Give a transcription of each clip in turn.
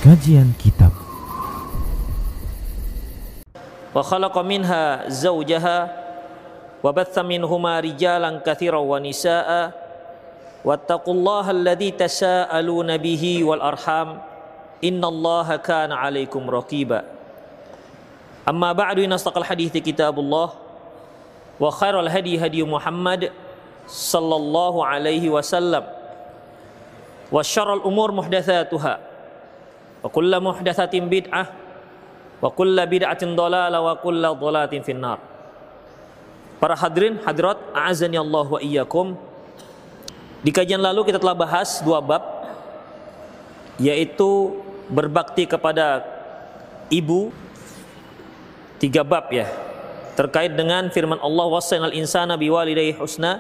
Kajian Kitab. Wa khalaqa minha zawjaha wa batha minhuma rijalan katsiran wa nisaa wattaqullaha alladzi tasaaluna bihi wal arham innallaha kana 'alaikum raqiba. Amma ba'du, inna asdaqal hadithi kitabullah wa khairal hadi hadi Muhammad sallallahu alaihi wasallam wa syarrul umur muhdatsatuha wa kullu muhdatsatin bid'ah wa kullu bid'atin dhalalah wa kullu dhalalatin finnar. Para hadirin hadirat, a'azani Allah wa iyyakum. Di kajian lalu kita telah bahas dua bab, yaitu berbakti kepada ibu. Tiga bab ya, terkait dengan firman Allah wasainal insana biwalidayhi husna.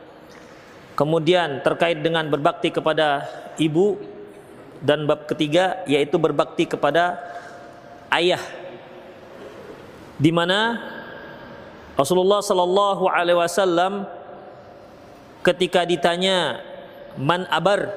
Kemudian terkait dengan berbakti kepada ibu, dan bab ketiga yaitu berbakti kepada ayah, di mana Rasulullah sallallahu alaihi wasallam ketika ditanya man abar,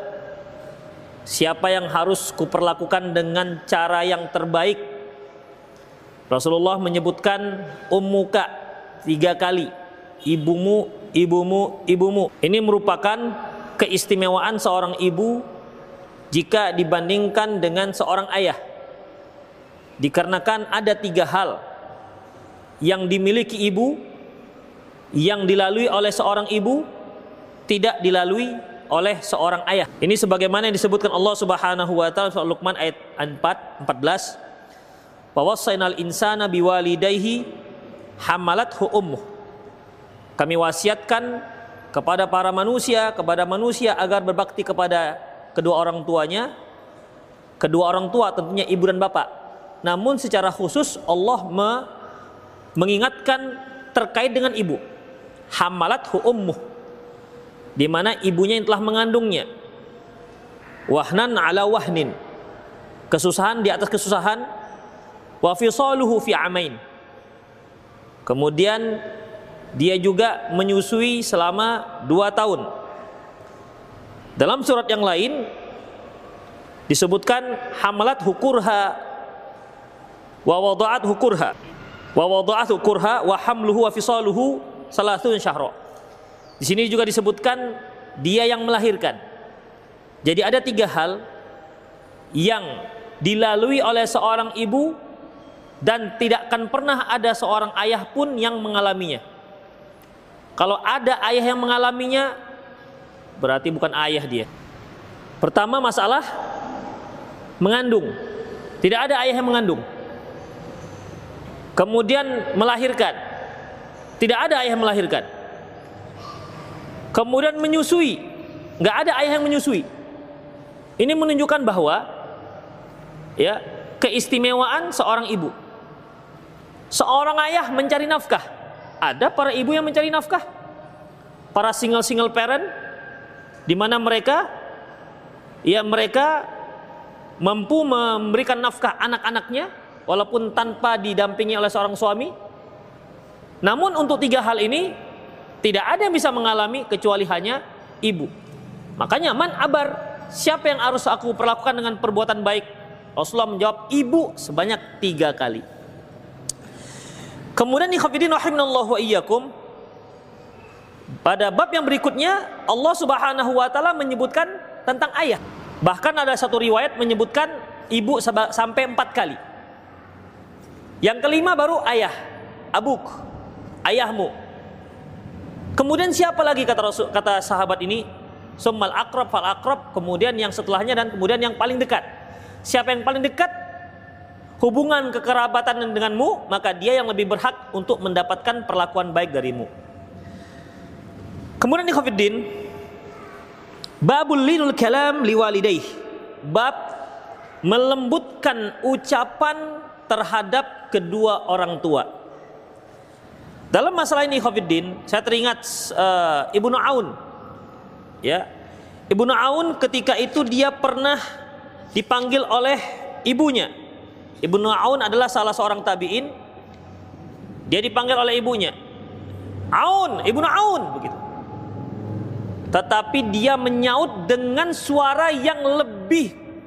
siapa yang harus kuperlakukan dengan cara yang terbaik, Rasulullah menyebutkan ummuka 3 kali, ibumu, ibumu, ibumu. Ini merupakan keistimewaan seorang ibu jika dibandingkan dengan seorang ayah, dikarenakan ada 3 hal yang dimiliki ibu, yang dilalui oleh seorang ibu tidak dilalui oleh seorang ayah. Ini sebagaimana yang disebutkan Allah Subhanahu wa taala surah Luqman ayat 14, wasainal insana biwalidayhi hamalathu ummuh. Kami wasiatkan kepada para manusia, kepada manusia agar berbakti kepada kedua orang tuanya. Kedua orang tua tentunya ibu dan bapak. Namun secara khusus Allah mengingatkan terkait dengan ibu. Hamalathu ummuh, di mana ibunya yang telah mengandungnya. Wahnan ala wahnin, kesusahan di atas kesusahan. Wa fisaluhu fi amain, kemudian dia juga menyusui selama 2 tahun. Dalam surat yang lain disebutkan hamalat hukurha wa wada'at hukurha wa wada'at hukurha wa hamluhu wa fisaluhu salasun syahra. Di sini juga disebutkan dia yang melahirkan. Jadi ada 3 hal yang dilalui oleh seorang ibu dan tidak akan pernah ada seorang ayah pun yang mengalaminya. Kalau ada ayah yang mengalaminya, berarti bukan ayah dia. Pertama, masalah mengandung. Tidak ada ayah yang mengandung. Kemudian melahirkan. Tidak ada ayah yang melahirkan. Kemudian menyusui. Nggak ada ayah yang menyusui. Ini menunjukkan bahwa ya, keistimewaan seorang ibu. Seorang ayah mencari nafkah. Ada para ibu yang mencari nafkah, para single parent, di mana mereka mampu memberikan nafkah anak-anaknya walaupun tanpa didampingi oleh seorang suami. Namun untuk 3 hal ini tidak ada yang bisa mengalami kecuali hanya ibu. Makanya man abar, siapa yang harus aku perlakukan dengan perbuatan baik? Rasulullah menjawab ibu sebanyak 3 kali. Kemudian ikhwatiddin rahimanallahu wa iyyakum, pada bab yang berikutnya Allah Subhanahu wa taala menyebutkan tentang ayah. Bahkan ada satu riwayat menyebutkan ibu sampai 4 kali. Yang kelima baru ayah, abuk, ayahmu. Kemudian siapa lagi kata sahabat ini? Summal aqrab fal aqrab, kemudian yang setelahnya, dan kemudian yang paling dekat. Siapa yang paling dekat hubungan kekerabatan denganmu, maka dia yang lebih berhak untuk mendapatkan perlakuan baik darimu. Kemudian ikhwatiddin, babul linul kalam liwalidayh, bab melembutkan ucapan terhadap kedua orang tua. Dalam masalah ini ikhwatiddin, saya teringat Ibnu Aun. Ya, Ibnu Aun ketika itu dia pernah dipanggil oleh ibunya. Ibnu Aun adalah salah seorang tabi'in. Dia dipanggil oleh ibunya, Aun, Ibnu Aun, begitu. Tetapi dia menyaut dengan suara yang lebih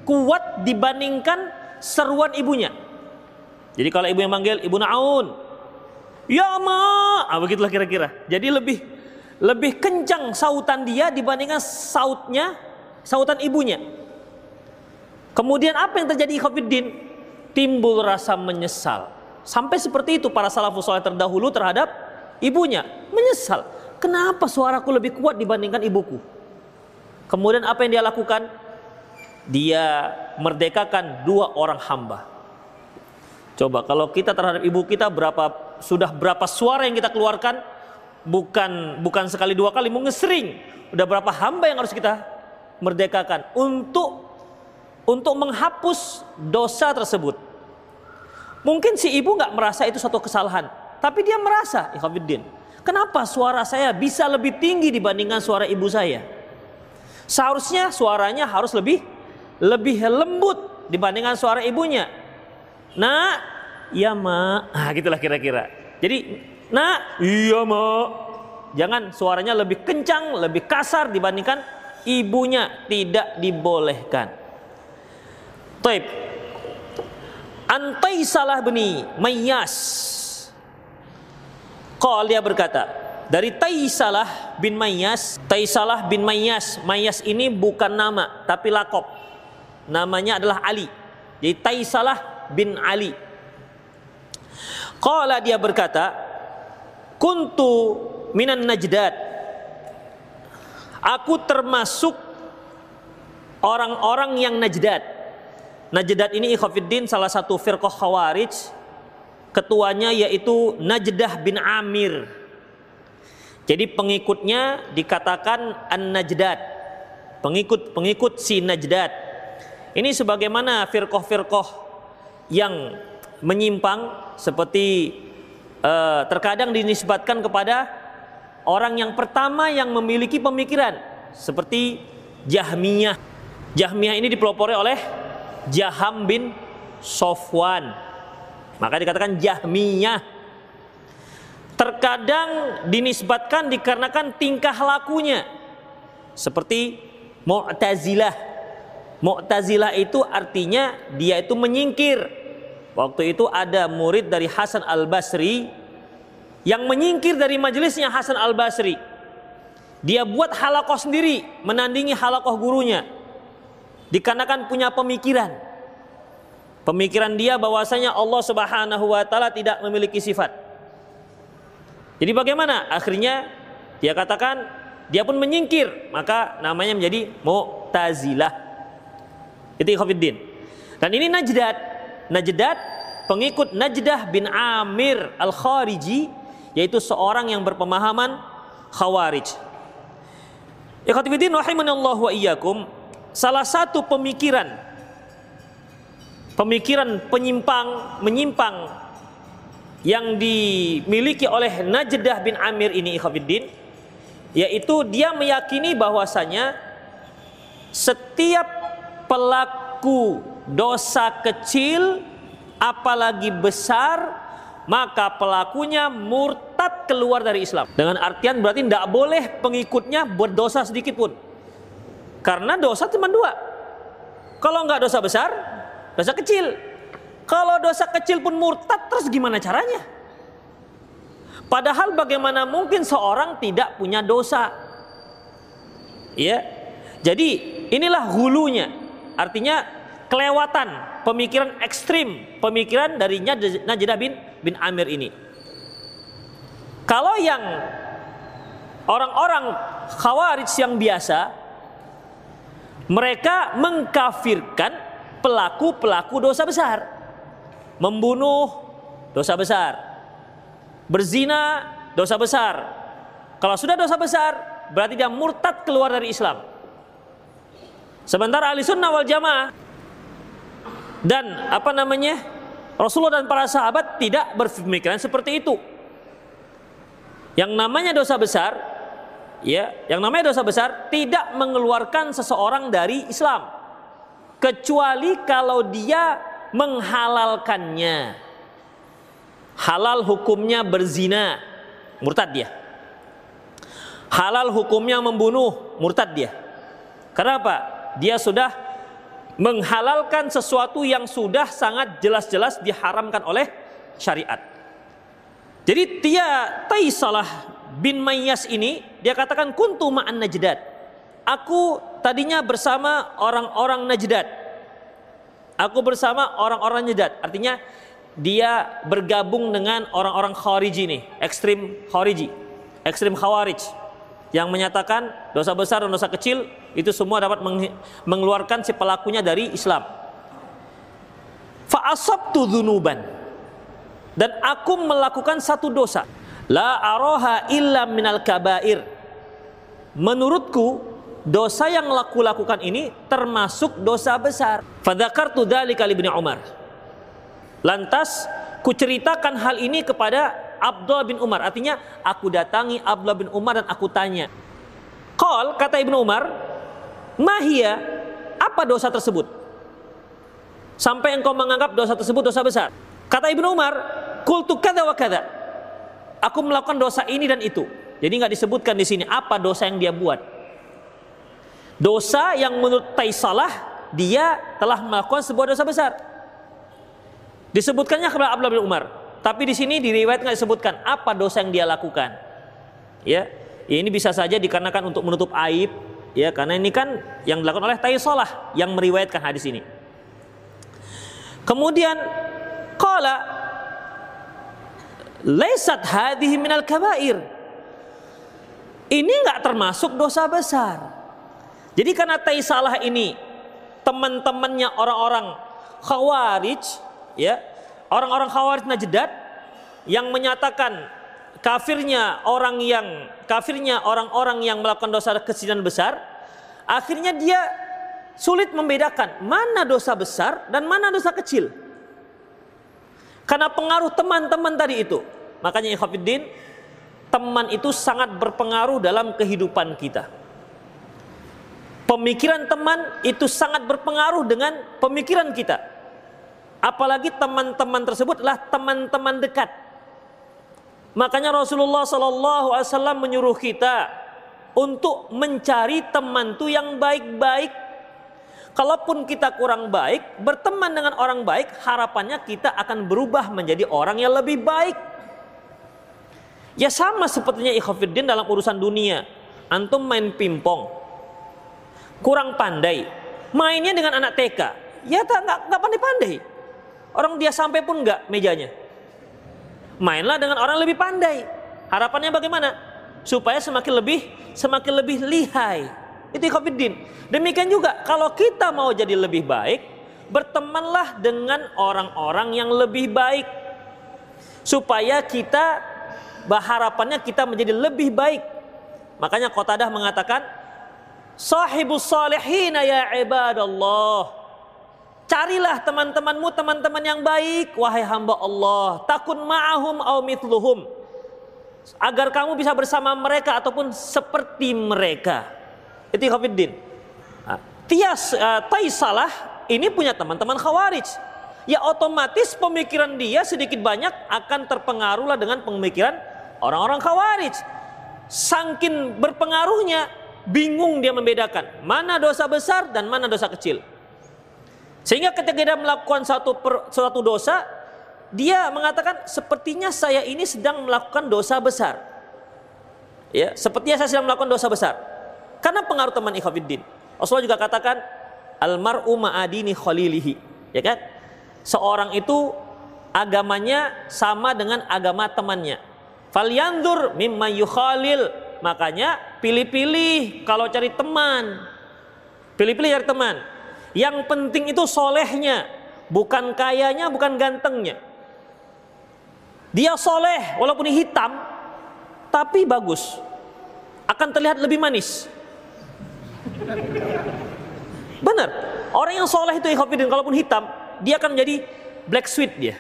kuat dibandingkan seruan ibunya. Jadi kalau ibu yang manggil, Ibu Naun, ya ma, begitulah kira-kira. Jadi lebih kencang sautan dia dibandingkan sautan ibunya. Kemudian apa yang terjadi ikhwatiddin? Timbul rasa menyesal. Sampai seperti itu para salafus saleh terdahulu terhadap ibunya, menyesal. Kenapa suaraku lebih kuat dibandingkan ibuku? Kemudian apa yang dia lakukan? Dia merdekakan 2 orang hamba. Coba kalau kita terhadap ibu kita sudah berapa suara yang kita keluarkan? Bukan sekali 2 kali, mungkin sering. Udah berapa hamba yang harus kita merdekakan untuk menghapus dosa tersebut. Mungkin si ibu nggak merasa itu suatu kesalahan, tapi dia merasa, ikhwatiddin, kenapa suara saya bisa lebih tinggi dibandingkan suara ibu saya? Seharusnya suaranya harus lebih lembut dibandingkan suara ibunya. Nak, iya mak, gitulah kira-kira. Jadi, nak, iya mak. Jangan suaranya lebih kencang, lebih kasar dibandingkan ibunya, tidak dibolehkan. Taib. Taisalah bin Mayyas. Dia berkata, dari Taisalah bin Mayyas. Taisalah bin Mayyas. Mayyas ini bukan nama, tapi lakop. Namanya adalah Ali. Jadi Taisalah bin Ali. Dia berkata, kuntu minan Najdad. Aku termasuk orang-orang yang Najdad. Najdad ini ikhwatiddin salah satu firqah Khawarij. Ketuanya yaitu Najdah bin Amir. Jadi pengikutnya dikatakan An-Najdad. Pengikut si Najdad. Ini sebagaimana firqah-firqah yang menyimpang, seperti terkadang dinisbatkan kepada orang yang pertama yang memiliki pemikiran, seperti Jahmiyah. Jahmiyah ini dipelopori oleh Jaham bin Sofwan, maka dikatakan Jahmiyah. Terkadang dinisbatkan dikarenakan tingkah lakunya, seperti Mu'tazilah. Mu'tazilah itu artinya dia itu menyingkir. Waktu itu ada murid dari Hasan Al-Basri yang menyingkir dari majelisnya Hasan Al-Basri. Dia buat halaqah sendiri, menandingi halaqah gurunya. Dikarenakan punya pemikiran. Pemikiran dia bahwasanya Allah Subhanahu wa taala tidak memiliki sifat. Jadi bagaimana? Akhirnya dia katakan dia pun menyingkir, maka namanya menjadi Mu'tazilah. Itu ikhwatiddin. Dan ini Najdad pengikut Najdah bin Amir Al-Khariji, yaitu seorang yang berpemahaman Khawarij. Ikhwatiddin rahimanallahu wa iyyakum, salah satu pemikiran menyimpang yang dimiliki oleh Najdah bin Amir ini ikhwatiddin, yaitu dia meyakini bahwasanya setiap pelaku dosa kecil apalagi besar, maka pelakunya murtad keluar dari Islam. Dengan artian berarti tidak boleh pengikutnya berdosa sedikit pun, karena dosa cuma 2. Kalau nggak dosa besar, dosa kecil. Kalau dosa kecil pun murtad, terus gimana caranya? Padahal bagaimana mungkin seorang tidak punya dosa? Ya, jadi inilah hulunya, artinya kelewatan, pemikiran ekstrim, pemikiran dari Najdah bin Amir ini. Kalau yang orang-orang Khawarij yang biasa, mereka mengkafirkan pelaku-pelaku dosa besar. Membunuh, dosa besar. Berzina, dosa besar. Kalau sudah dosa besar, berarti dia murtad keluar dari Islam. Sementara Ahlussunnah wal Jamaah dan Rasulullah dan para sahabat tidak berpemikiran seperti itu. Yang namanya dosa besar, tidak mengeluarkan seseorang dari Islam, kecuali kalau dia menghalalkannya. Halal hukumnya berzina, murtad dia. Halal hukumnya membunuh, murtad dia. Kenapa? Dia sudah menghalalkan sesuatu yang sudah sangat jelas-jelas diharamkan oleh syariat. Jadi Taisalah bin Mayyas ini dia katakan kuntu ma'an Najdad. Aku tadinya bersama orang-orang Najdad. Aku bersama orang-orang Najdad. Artinya dia bergabung dengan orang-orang Khawariji nih, ekstrim Khawariji, ekstrim Khawarij, yang menyatakan dosa besar dan dosa kecil itu semua dapat mengeluarkan si pelakunya dari Islam. Fa asabtu dzunuban, dan aku melakukan satu dosa, la araha illa minal kabair. Menurutku dosa yang aku lakukan ini termasuk dosa besar. Fadzakartu dzalika li Ibnu Umar. Lantas kuceritakan hal ini kepada Abdullah bin Umar. Artinya aku datangi Abdullah bin Umar dan aku tanya. Qal, kata Ibnu Umar, mahia, apa dosa tersebut? Sampai engkau menganggap dosa tersebut dosa besar. Kata Ibnu Umar, qultu kadza wa kadza. Aku melakukan dosa ini dan itu. Jadi nggak disebutkan di sini apa dosa yang dia buat. Dosa yang menurut Taisalah dia telah melakukan sebuah dosa besar. Disebutkannya kepada Abdullah bin Umar, tapi di sini di riwayat nggak disebutkan apa dosa yang dia lakukan. Ya, ini bisa saja dikarenakan untuk menutup aib, ya, karena ini kan yang dilakukan oleh Taisalah yang meriwayatkan hadis ini. Kemudian qala laisat hadhihi minal kabair. Ini nggak termasuk dosa besar. Jadi karena Taisalah ini teman-temannya orang-orang Khawarij, ya, orang-orang Khawarij Najdad yang menyatakan kafirnya orang-orang yang melakukan dosa kecil dan besar, akhirnya dia sulit membedakan mana dosa besar dan mana dosa kecil. Karena pengaruh teman-teman tadi itu. Makanya ikhwatiddin, teman itu sangat berpengaruh dalam kehidupan kita. Pemikiran teman itu sangat berpengaruh dengan pemikiran kita. Apalagi teman-teman tersebut adalah teman-teman dekat. Makanya Rasulullah SAW menyuruh kita untuk mencari teman itu yang baik-baik. Kalaupun kita kurang baik, berteman dengan orang baik, harapannya kita akan berubah menjadi orang yang lebih baik. Ya sama sepertinya ikhwatiddin dalam urusan dunia. Antum main pingpong, kurang pandai, mainnya dengan anak TK, ya nggak pandai-pandai. Orang dia sampai pun nggak mejanya. Mainlah dengan orang lebih pandai. Harapannya bagaimana? Supaya semakin lebih lihai. Itu ikhwatiddin. Demikian juga kalau kita mau jadi lebih baik, bertemanlah dengan orang-orang yang lebih baik. Supaya kita harapannya kita menjadi lebih baik. Makanya Qatadah mengatakan, sahibus salihina ya ibadallah. Carilah teman-temanmu, teman-teman yang baik, wahai hamba Allah. Takun ma'ahum au mithluhum. Agar kamu bisa bersama mereka ataupun seperti mereka. Itu ikhwatiddin. Taisalah ini punya teman-teman Khawarij. Ya otomatis pemikiran dia sedikit banyak akan terpengaruhlah dengan pemikiran orang-orang Khawarij. Saking berpengaruhnya, bingung dia membedakan mana dosa besar dan mana dosa kecil. Sehingga ketika dia melakukan suatu dosa, dia mengatakan sepertinya saya ini sedang melakukan dosa besar. Ya, sepertinya saya sedang melakukan dosa besar. Karena pengaruh teman ikhwatiddin. Rasulullah juga katakan almar'u ma'adini khalilihi, ya kan? Seorang itu agamanya sama dengan agama temannya. Falyanzur mimma yukhalil. Makanya pilih-pilih kalau cari teman. Pilih-pilih cari teman. Yang penting itu solehnya, bukan kayanya, bukan gantengnya. Dia soleh walaupun hitam, tapi bagus, akan terlihat lebih manis. Benar. Orang yang soleh itu ikhwatiddin, kalaupun hitam, dia akan menjadi black sweet dia.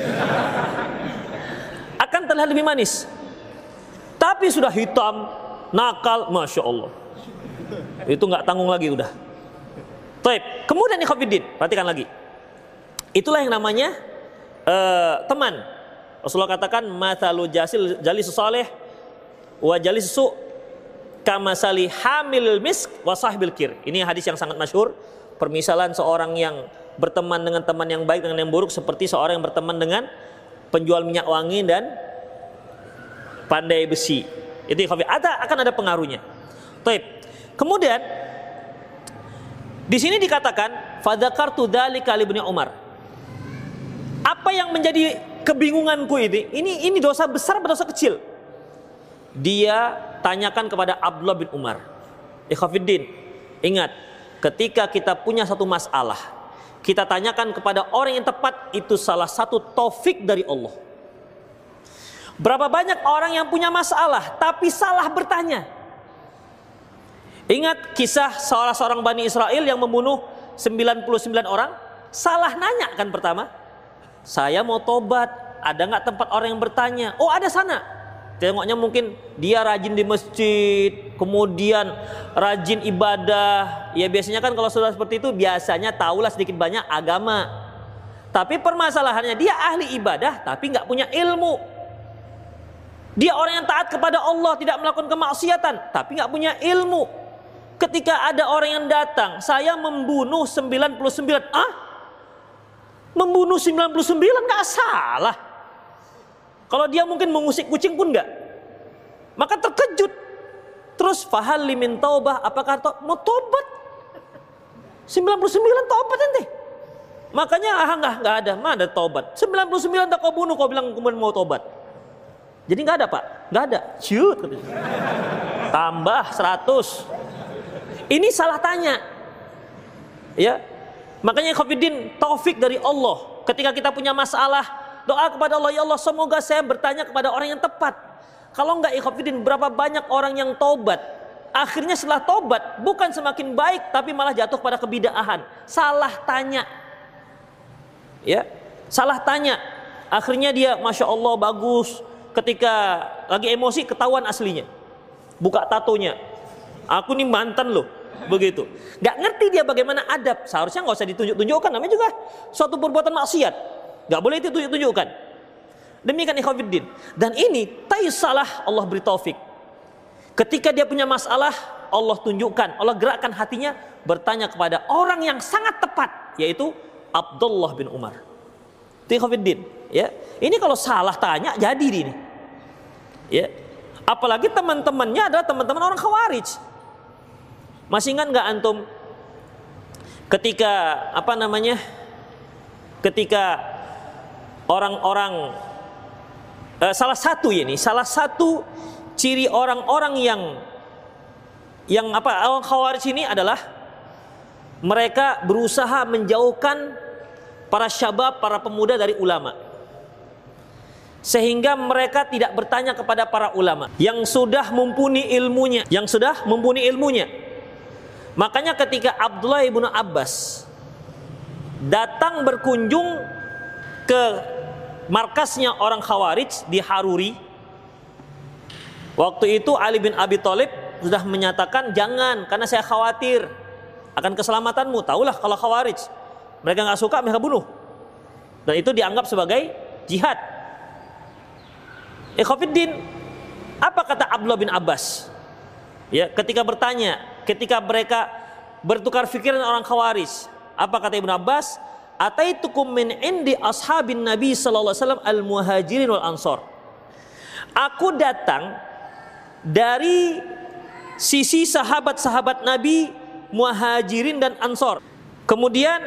Akan terlihat lebih manis. Tapi sudah hitam, nakal, masya Allah, itu nggak tanggung lagi udah. Baik. Kemudian ikhwatiddin, perhatikan lagi. Itulah yang namanya teman. Rasulullah katakan mathalu jalis salih wa jalis su kamasali hamil misk wa sahbil kir. Ini hadis yang sangat masyhur. permisalan seorang yang berteman dengan teman yang baik dengan yang buruk seperti seorang yang berteman dengan penjual minyak wangi dan pandai besi. Itu akan ada pengaruhnya. Taib. Kemudian di sini dikatakan fadzakartu dzalika li Ibnu Umar. Apa yang menjadi kebingunganku ini dosa besar atau dosa kecil? Dia tanyakan kepada Abdullah bin Umar. Ikhwafiddin, ingat, ketika kita punya satu masalah, kita tanyakan kepada orang yang tepat, itu salah satu taufik dari Allah. Berapa banyak orang yang punya masalah tapi salah bertanya. Ingat kisah salah seorang Bani Israel yang membunuh 99 orang. Salah nanya kan pertama. Saya mau tobat, ada nggak tempat orang yang bertanya? Oh, ada sana. Tengoknya mungkin dia rajin di masjid, kemudian rajin ibadah. Ya biasanya kan kalau sudah seperti itu biasanya tahulah sedikit banyak agama. Tapi permasalahannya dia ahli ibadah tapi nggak punya ilmu. Dia orang yang taat kepada Allah, tidak melakukan kemaksiatan tapi nggak punya ilmu. Ketika ada orang yang datang, saya membunuh 99. Membunuh 99 nggak salah. Kalau dia mungkin mengusik kucing pun nggak. Maka terkejut. Terus fahal limin taubah, apakah mau tobat? 99 tobat nanti. Makanya nggak ada. Mana ada tobat? 99 tak kau bunuh, kau bilang kemudian mau tobat. Jadi nggak ada Pak, nggak ada. Shoot. Tambah 100. Ini salah tanya. Ya. Makanya Khofiddin, taufik dari Allah. Ketika kita punya masalah, doa kepada Allah, ya Allah semoga saya bertanya kepada orang yang tepat. Kalau enggak Khofiddin, berapa banyak orang yang tobat, akhirnya setelah tobat bukan semakin baik tapi malah jatuh pada kebid'ahan. Salah tanya. Ya, salah tanya. Akhirnya dia Masya Allah bagus. Ketika lagi emosi ketahuan aslinya. Buka tatonya. Aku nih mantan loh. Begitu. Gak ngerti dia bagaimana adab. Seharusnya gak usah ditunjuk-tunjukkan. Namanya juga suatu perbuatan maksiat. Gak boleh ditunjuk-tunjukkan. Demikian ikhwafiddin. Dan ini salah Allah beri taufik. Ketika dia punya masalah, Allah tunjukkan, Allah gerakkan hatinya bertanya kepada orang yang sangat tepat, yaitu Abdullah bin Umar. Itu ikhwafiddin. Ya. Ini kalau salah tanya jadi ini. Ya. Apalagi teman-temannya adalah teman-teman orang Khawarij. Masih ingat nggak antum ketika ketika orang-orang salah satu ciri orang-orang yang orang Khawarij ini adalah mereka berusaha menjauhkan para syabab, para pemuda dari ulama, sehingga mereka tidak bertanya kepada para ulama yang sudah mumpuni ilmunya. Makanya ketika Abdullah ibnu Abbas datang berkunjung ke markasnya orang Khawarij di Haruri, waktu itu Ali bin Abi Thalib sudah menyatakan jangan, karena saya khawatir akan keselamatanmu. Tahulah kalau Khawarij mereka nggak suka mereka bunuh, dan itu dianggap sebagai jihad. Ikhwafiddin, apa kata Abdullah bin Abbas? Ya, ketika bertanya, ketika mereka bertukar pikiran orang Khawarij, apa kata Ibnu Abbas? Ataitukum min indi ashabin Nabi sallallahu alaihi wasallam al-muhajirin wal ansor. Aku datang dari sisi sahabat-sahabat Nabi muhajirin dan ansor. Kemudian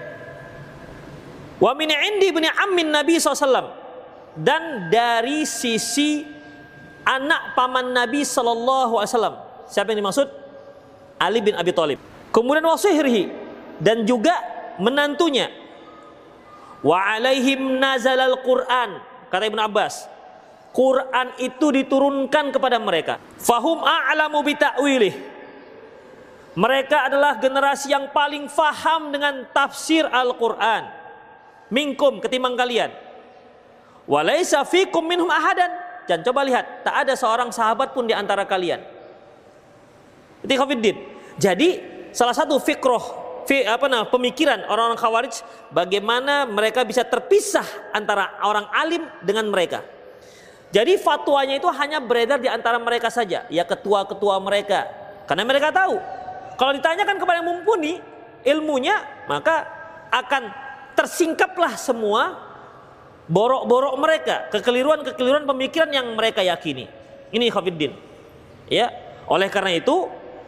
wa min indi ibni ammin Nabi sallallahu alaihi wasallam, dan dari sisi anak paman Nabi sallallahu alaihi wasallam. Siapa yang dimaksud? Ali bin Abi Thalib. Kemudian wasihrihi, dan juga menantunya. Wa alaihim nazalal Quran, kata Ibnu Abbas. Quran itu diturunkan kepada mereka. Fahum a'lamu bi ta'wilih. Mereka adalah generasi yang paling faham dengan tafsir Al-Quran minkum, ketimbang kalian. Walaysa fikum minhum ahadan. Dan coba lihat, tak ada seorang sahabat pun di antara kalian. Itu Khofiddin. Jadi salah satu pemikiran orang-orang Khawarij, bagaimana mereka bisa terpisah antara orang alim dengan mereka. Jadi fatwanya itu hanya beredar di antara mereka saja, ya ketua-ketua mereka. Karena mereka tahu, kalau ditanyakan kepada yang mumpuni, ilmunya, maka akan tersingkaplah semua borok-borok mereka, kekeliruan-kekeliruan pemikiran yang mereka yakini. Ini khafiddin. Ya, oleh karena itu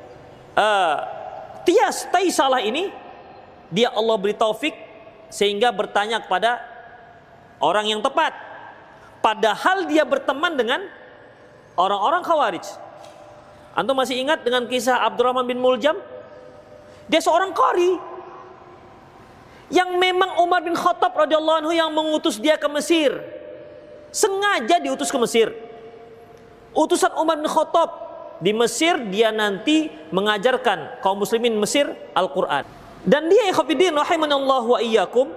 tai salah ini dia Allah beri taufik sehingga bertanya kepada orang yang tepat, padahal dia berteman dengan orang-orang Khawarij. Antum masih ingat dengan kisah Abdurrahman bin Muljam? Dia seorang qari yang memang Umar bin Khattab radhiyallahu anhu yang mengutus dia ke Mesir. Sengaja diutus ke Mesir. Utusan Umar bin Khattab di Mesir, dia nanti mengajarkan kaum muslimin Mesir Al-Quran. Dan dia ikhwatiddin rahimanallahu wa iyyakum,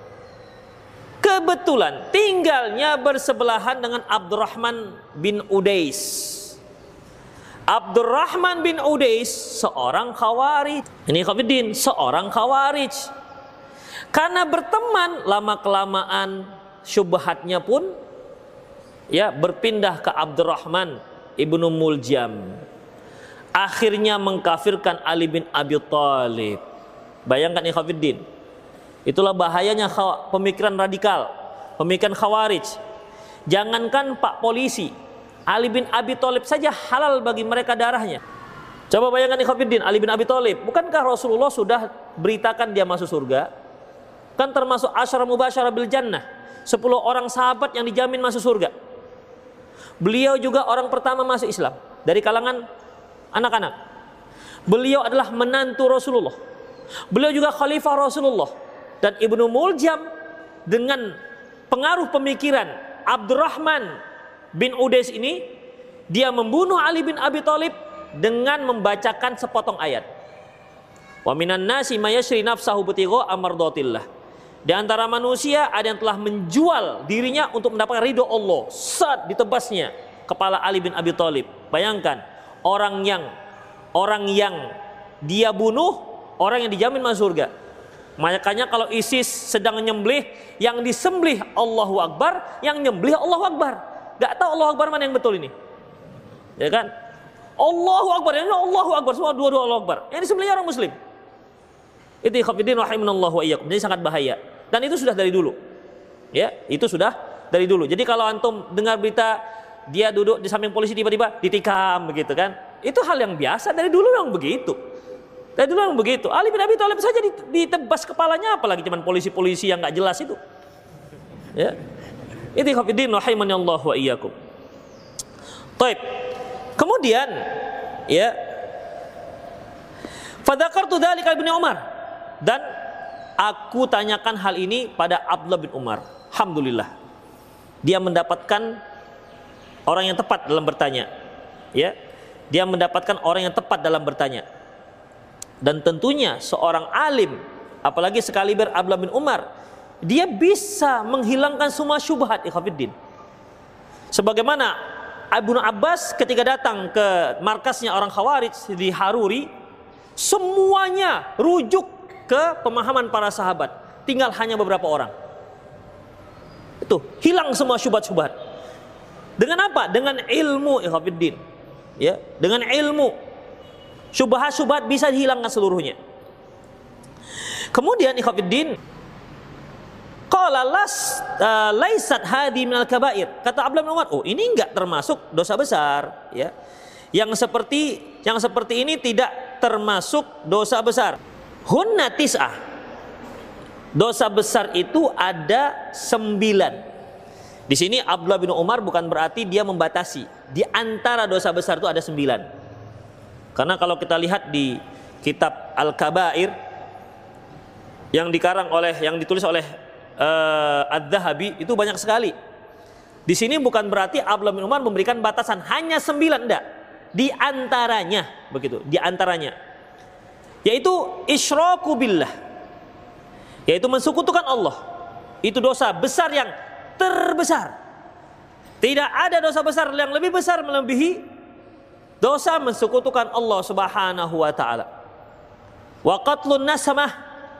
kebetulan tinggalnya bersebelahan dengan Abdurrahman bin Udais. Abdurrahman bin Udais seorang Khawarij. Ini ikhwatiddin, seorang Khawarij. Karena berteman lama-kelamaan syubhatnya pun ya berpindah ke Abdurrahman ibnu Muljam. Akhirnya mengkafirkan Ali bin Abi Thalib. Bayangkan ikhwatiddin. Itulah bahayanya pemikiran radikal, pemikiran Khawarij. Jangankan Pak Polisi, Ali bin Abi Thalib saja halal bagi mereka darahnya. Coba bayangkan ikhwatiddin, Ali bin Abi Thalib, bukankah Rasulullah sudah beritakan dia masuk surga? Kan termasuk asyara mubasyarah bil jannah, 10 orang sahabat yang dijamin masuk surga. Beliau juga orang pertama masuk Islam dari kalangan anak-anak. Beliau adalah menantu Rasulullah. Beliau juga khalifah Rasulullah. Dan Ibnu Muljam dengan pengaruh pemikiran Abdurrahman bin Udais ini, dia membunuh Ali bin Abi Thalib dengan membacakan sepotong ayat. Wa minan nasi may yashri nafsahu butigha amardatillah. Di antara manusia ada yang telah menjual dirinya untuk mendapatkan ridho Allah. Saat ditebasnya kepala Ali bin Abi Thalib. Bayangkan orang yang dia bunuh, orang yang dijamin masuk surga. Makanya kalau ISIS sedang nyembelih, yang disembelih Allahu Akbar, yang nyembelih Allahu Akbar. Gak tahu Allahu Akbar mana yang betul ini, ya kan? Allahu Akbar, ini Allahu Akbar, semua dua-dua Allahu Akbar. Yang disembelih orang Muslim. Itu ikhwatiddin rahimanallahu wa iyyakum. Jadi sangat bahaya. Dan itu sudah dari dulu. Ya, itu sudah dari dulu. Jadi kalau antum dengar berita dia duduk di samping polisi tiba-tiba ditikam begitu kan? Itu hal yang biasa dari dulu yang begitu. Dari dulu yang begitu. Ali bin Abi Thalib saja ditebas kepalanya, apalagi cuman polisi-polisi yang enggak jelas itu. Ya. Itu ikhwatiddin rahimanallahu wa iyyakum. Baik. Kemudian ya, fadzakartu dzalika Ibnu Umar, dan aku tanyakan hal ini pada Abdullah bin Umar. Alhamdulillah, dia mendapatkan orang yang tepat dalam bertanya. Ya, dia mendapatkan orang yang tepat dalam bertanya. Dan tentunya seorang alim, apalagi sekaliber Abdullah bin Umar, dia bisa menghilangkan semua syubhat ikhwatiddin. Sebagaimana Ibnu Abbas ketika datang ke markasnya orang Khawarij di Haruri, semuanya rujuk ke pemahaman para sahabat, tinggal hanya beberapa orang. Itu hilang semua syubhat-syubhat. Dengan apa? Dengan ilmu ikhwatiddin. Ya, dengan ilmu syubhat-syubhat bisa dihilangkan seluruhnya. Kemudian ikhwatiddin, qala laisat hadi minal kabair. Kata Abdullah bin Umar, oh ini enggak termasuk dosa besar, ya. Yang seperti ini tidak termasuk dosa besar. Hunna tis'ah. Dosa besar itu ada 9. Di sini Abdullah bin Umar bukan berarti dia membatasi. Di antara dosa besar itu ada 9. Karena kalau kita lihat di kitab Al-Kabair yang ditulis oleh Adz-Dzahabi, itu banyak sekali. Di sini bukan berarti Abdullah bin Umar memberikan batasan hanya 9, enggak. Di antaranya begitu, di antaranya yaitu isyraku billah, yaitu mensekutukan Allah. Itu dosa besar yang terbesar. Tidak ada dosa besar yang lebih besar melebihi dosa mensekutukan Allah Subhanahu wa taala. Wa qatlun nasamah,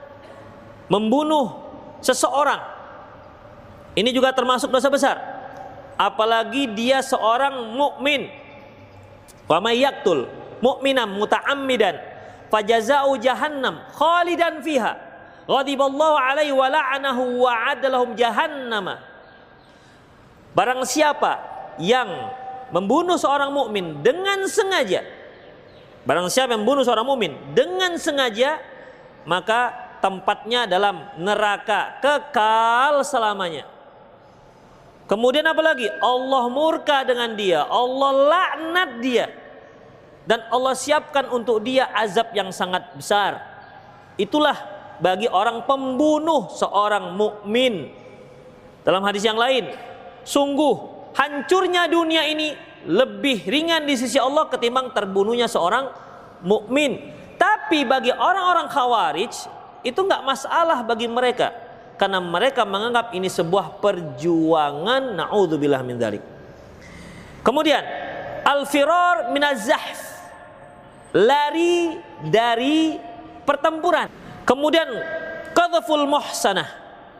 membunuh seseorang, ini juga termasuk dosa besar. Apalagi dia seorang mukmin. Wa may yaqtul mu'minan muta'ammidan fajaza'u jahannam khalidan fiha ghadiballahu alaihi wa la'anahu wa 'adalahum jahannama. Barang siapa yang membunuh seorang mukmin dengan sengaja, barang siapa yang membunuh seorang mukmin dengan sengaja, maka tempatnya dalam neraka kekal selamanya. Kemudian apa lagi? Allah murka dengan dia, Allah laknat dia, dan Allah siapkan untuk dia azab yang sangat besar. Itulah bagi orang pembunuh seorang mukmin. Dalam hadis yang lain, sungguh hancurnya dunia ini lebih ringan di sisi Allah ketimbang terbunuhnya seorang mukmin. Tapi bagi orang-orang Khawarij itu nggak masalah bagi mereka, karena mereka menganggap ini sebuah perjuangan. Na'udzubillah min dzalik. Kemudian al-firar minaz zahf, lari dari pertempuran. Kemudian qadhful muhsanah,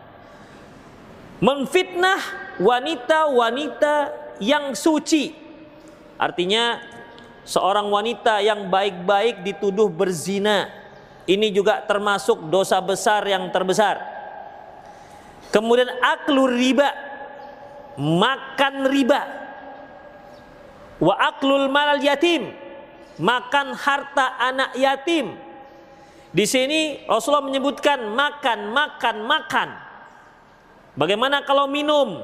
menfitnah wanita-wanita yang suci. Artinya seorang wanita yang baik-baik dituduh berzina. Ini juga termasuk dosa besar yang terbesar. Kemudian aklu riba, makan riba. Wa aklul malal yatim, makan harta anak yatim. Di sini Rasulullah menyebutkan makan. Bagaimana kalau minum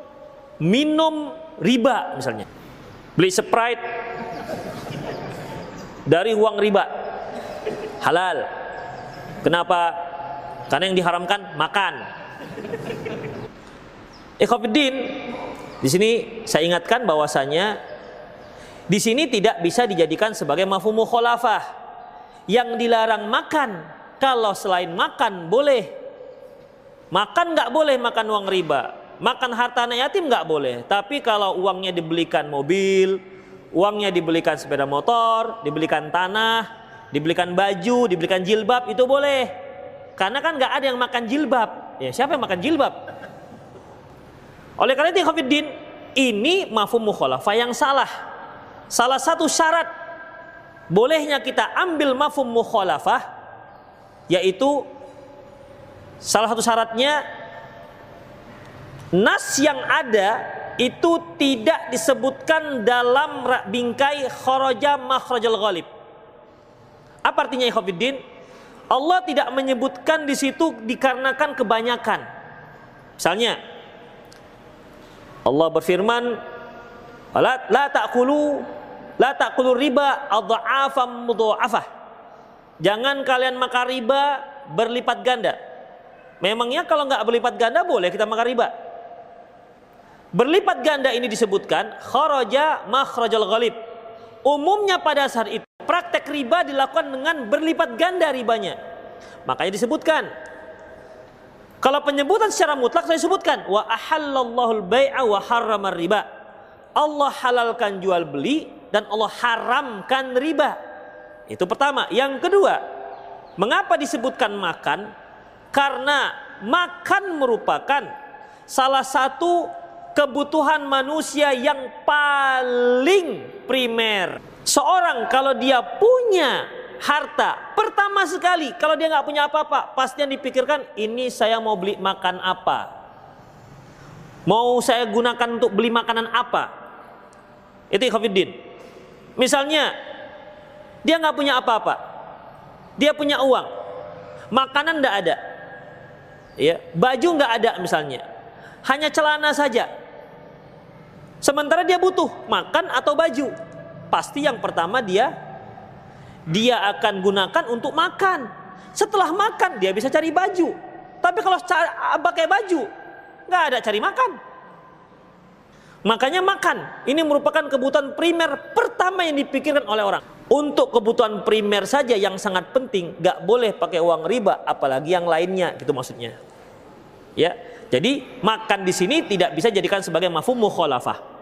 riba misalnya, beli Sprite dari uang riba, halal. Kenapa? Karena yang diharamkan makan. Ikhwatiddin, di sini saya ingatkan bahwasanya di sini tidak bisa dijadikan sebagai mafhum mukhalafah. Yang dilarang makan, kalau selain makan boleh. Makan nggak boleh makan uang riba. Makan harta anak yatim nggak boleh. Tapi kalau uangnya dibelikan mobil, uangnya dibelikan sepeda motor, dibelikan tanah, dibelikan baju, dibelikan jilbab, itu boleh. Karena kan nggak ada yang makan jilbab. Ya, siapa yang makan jilbab? Oleh karena itu, ikhwatiddin, ini mafhum mukhalafah yang salah. Salah satu syarat bolehnya kita ambil mafhum mukhalafah, yaitu salah satu syaratnya nas yang ada itu tidak disebutkan dalam bingkai kharaja makhrajal ghalib. Apa artinya ikhwatiddin? Allah tidak menyebutkan di situ dikarenakan kebanyakan. Misalnya Allah berfirman, la ta'kulu riba adha'afam mudha'afah. Jangan kalian makan riba berlipat ganda. Memangnya kalau nggak berlipat ganda boleh kita makan riba? Berlipat ganda ini disebutkan kharaja makhrajal ghalib. Umumnya pada saat itu praktek riba dilakukan dengan berlipat ganda ribanya. Makanya disebutkan. Kalau penyebutan secara mutlak saya sebutkan wa ahallallahu al-bai'a wa harramar riba. Allah halalkan jual beli dan Allah haramkan riba. Itu pertama. Yang kedua, mengapa disebutkan makan? Karena makan merupakan salah satu kebutuhan manusia yang paling primer. Seorang kalau dia punya harta, pertama sekali kalau dia nggak punya apa-apa, pasti yang dipikirkan, ini saya mau beli makan apa, mau saya gunakan untuk beli makanan apa. Itu ikhwatiddin. Misalnya dia nggak punya apa-apa, dia punya uang, makanan nggak ada, ya, baju nggak ada misalnya, hanya celana saja. Sementara dia butuh makan atau baju, pasti yang pertama dia akan gunakan untuk makan. Setelah makan dia bisa cari baju. Tapi kalau pakai baju nggak ada cari makan. Makanya makan ini merupakan kebutuhan primer pertama yang dipikirkan oleh orang. Untuk kebutuhan primer saja yang sangat penting nggak boleh pakai uang riba, apalagi yang lainnya, gitu maksudnya. Ya, jadi makan di sini tidak bisa dijadikan sebagai mafhum mukhalafah.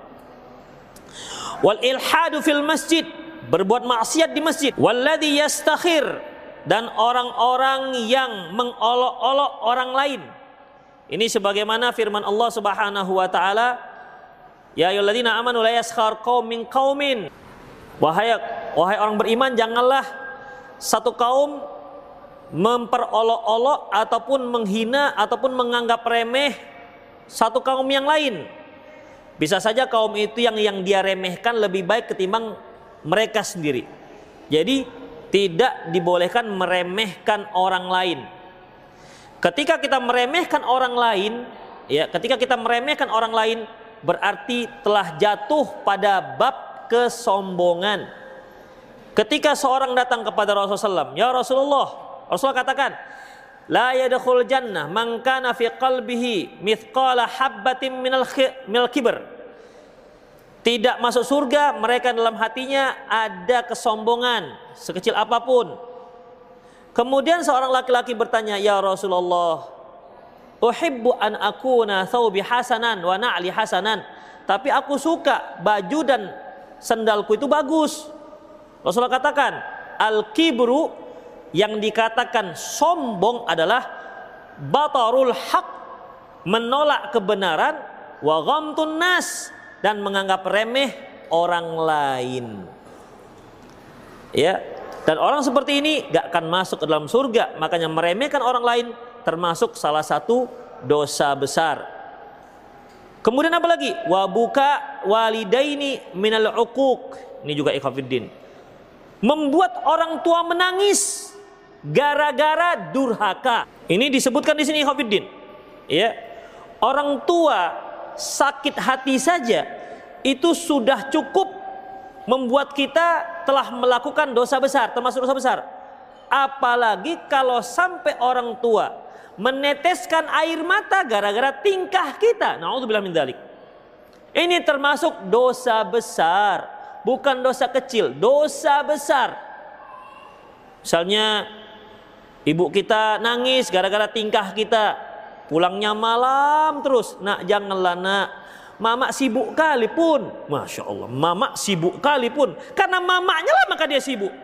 Wal ilhadu fil masjid, berbuat maksiat di masjid. Walladzi yastakhir, dan orang-orang yang mengolok-olok orang lain. Ini sebagaimana firman Allah Subhanahu wa taala, ya ayyuhalladzina amanu la yaskhar qaumin qaumin. Wahai orang beriman, janganlah satu kaum memperolok-olok ataupun menghina ataupun menganggap remeh satu kaum yang lain. Bisa saja kaum itu yang dia remehkan lebih baik ketimbang mereka sendiri. Jadi tidak dibolehkan meremehkan orang lain. Ketika kita meremehkan orang lain, ya, ketika kita meremehkan orang lain berarti telah jatuh pada bab kesombongan. Ketika seorang datang kepada Rasulullah SAW, ya Rasulullah, Rasulullah katakan, la yadkhul jannah man kana fi qalbihi mithqala habbatin minal kibr. Tidak masuk surga mereka dalam hatinya ada kesombongan sekecil apapun. Kemudian seorang laki-laki bertanya, ya Rasulullah, uhibbu an akuna thawbi hasanan wa na'li hasanan. Tapi aku suka baju dan sendalku itu bagus. Rasulullah katakan, al-kibru, yang dikatakan sombong adalah batarul haq, menolak kebenaran, wa ghamtun nas, dan menganggap remeh orang lain. Ya, dan orang seperti ini gak akan masuk ke dalam surga. Makanya meremehkan orang lain termasuk salah satu dosa besar. Kemudian apa lagi? Wa buka walidaini minal uquq. Ini juga ikhwafiddin. Membuat orang tua menangis gara-gara durhaka. Ini disebutkan di sini ikhwafiddin. Ya. Orang tua sakit hati saja itu sudah cukup membuat kita telah melakukan dosa besar, termasuk dosa besar. Apalagi kalau sampai orang tua meneteskan air mata gara-gara tingkah kita. Na'udzubillah min dzalik. Ini termasuk dosa besar, bukan dosa kecil, dosa besar. Misalnya ibu kita nangis gara-gara tingkah kita, pulangnya malam terus. Nak, janganlah nak, mama sibuk kali pun. Masya Allah, mama sibuk kali pun. Karena mamanya lah maka dia sibuk.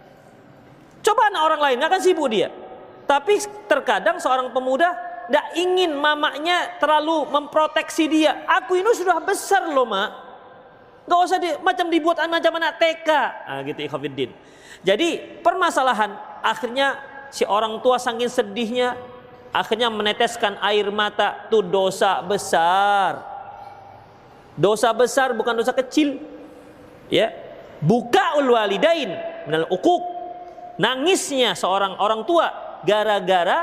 Coba anak orang lain gak akan sibuk dia. Tapi terkadang seorang pemuda tidak ingin mamanya terlalu memproteksi dia. Aku ini sudah besar loh mak, gak usah macam dibuat macam anak TK. Nah, gitu ikhwafiddin. Jadi permasalahan akhirnya si orang tua saking sedihnya akhirnya meneteskan air mata. Itu dosa besar. Dosa besar, bukan dosa kecil. Ya, bukaul walidain minal uquq. Nangisnya seorang orang tua gara-gara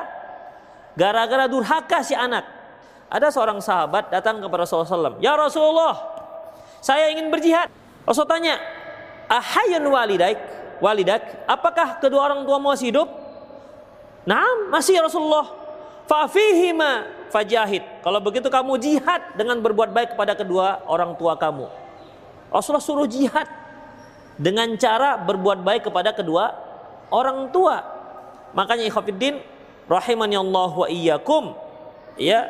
durhaka si anak. Ada seorang sahabat datang kepada Rasulullah SAW. Ya Rasulullah, saya ingin berjihad. Rasul tanya, ahayun walidak, apakah kedua orang tua masih hidup? Nah, masih ya Rasulullah. Fafihima fajahid. Kalau begitu kamu jihad dengan berbuat baik kepada kedua orang tua kamu. Rasulullah suruh jihad dengan cara berbuat baik kepada kedua orang tua. Makanya ikhwafiddin rahimani Allah wa iyyakum, ya,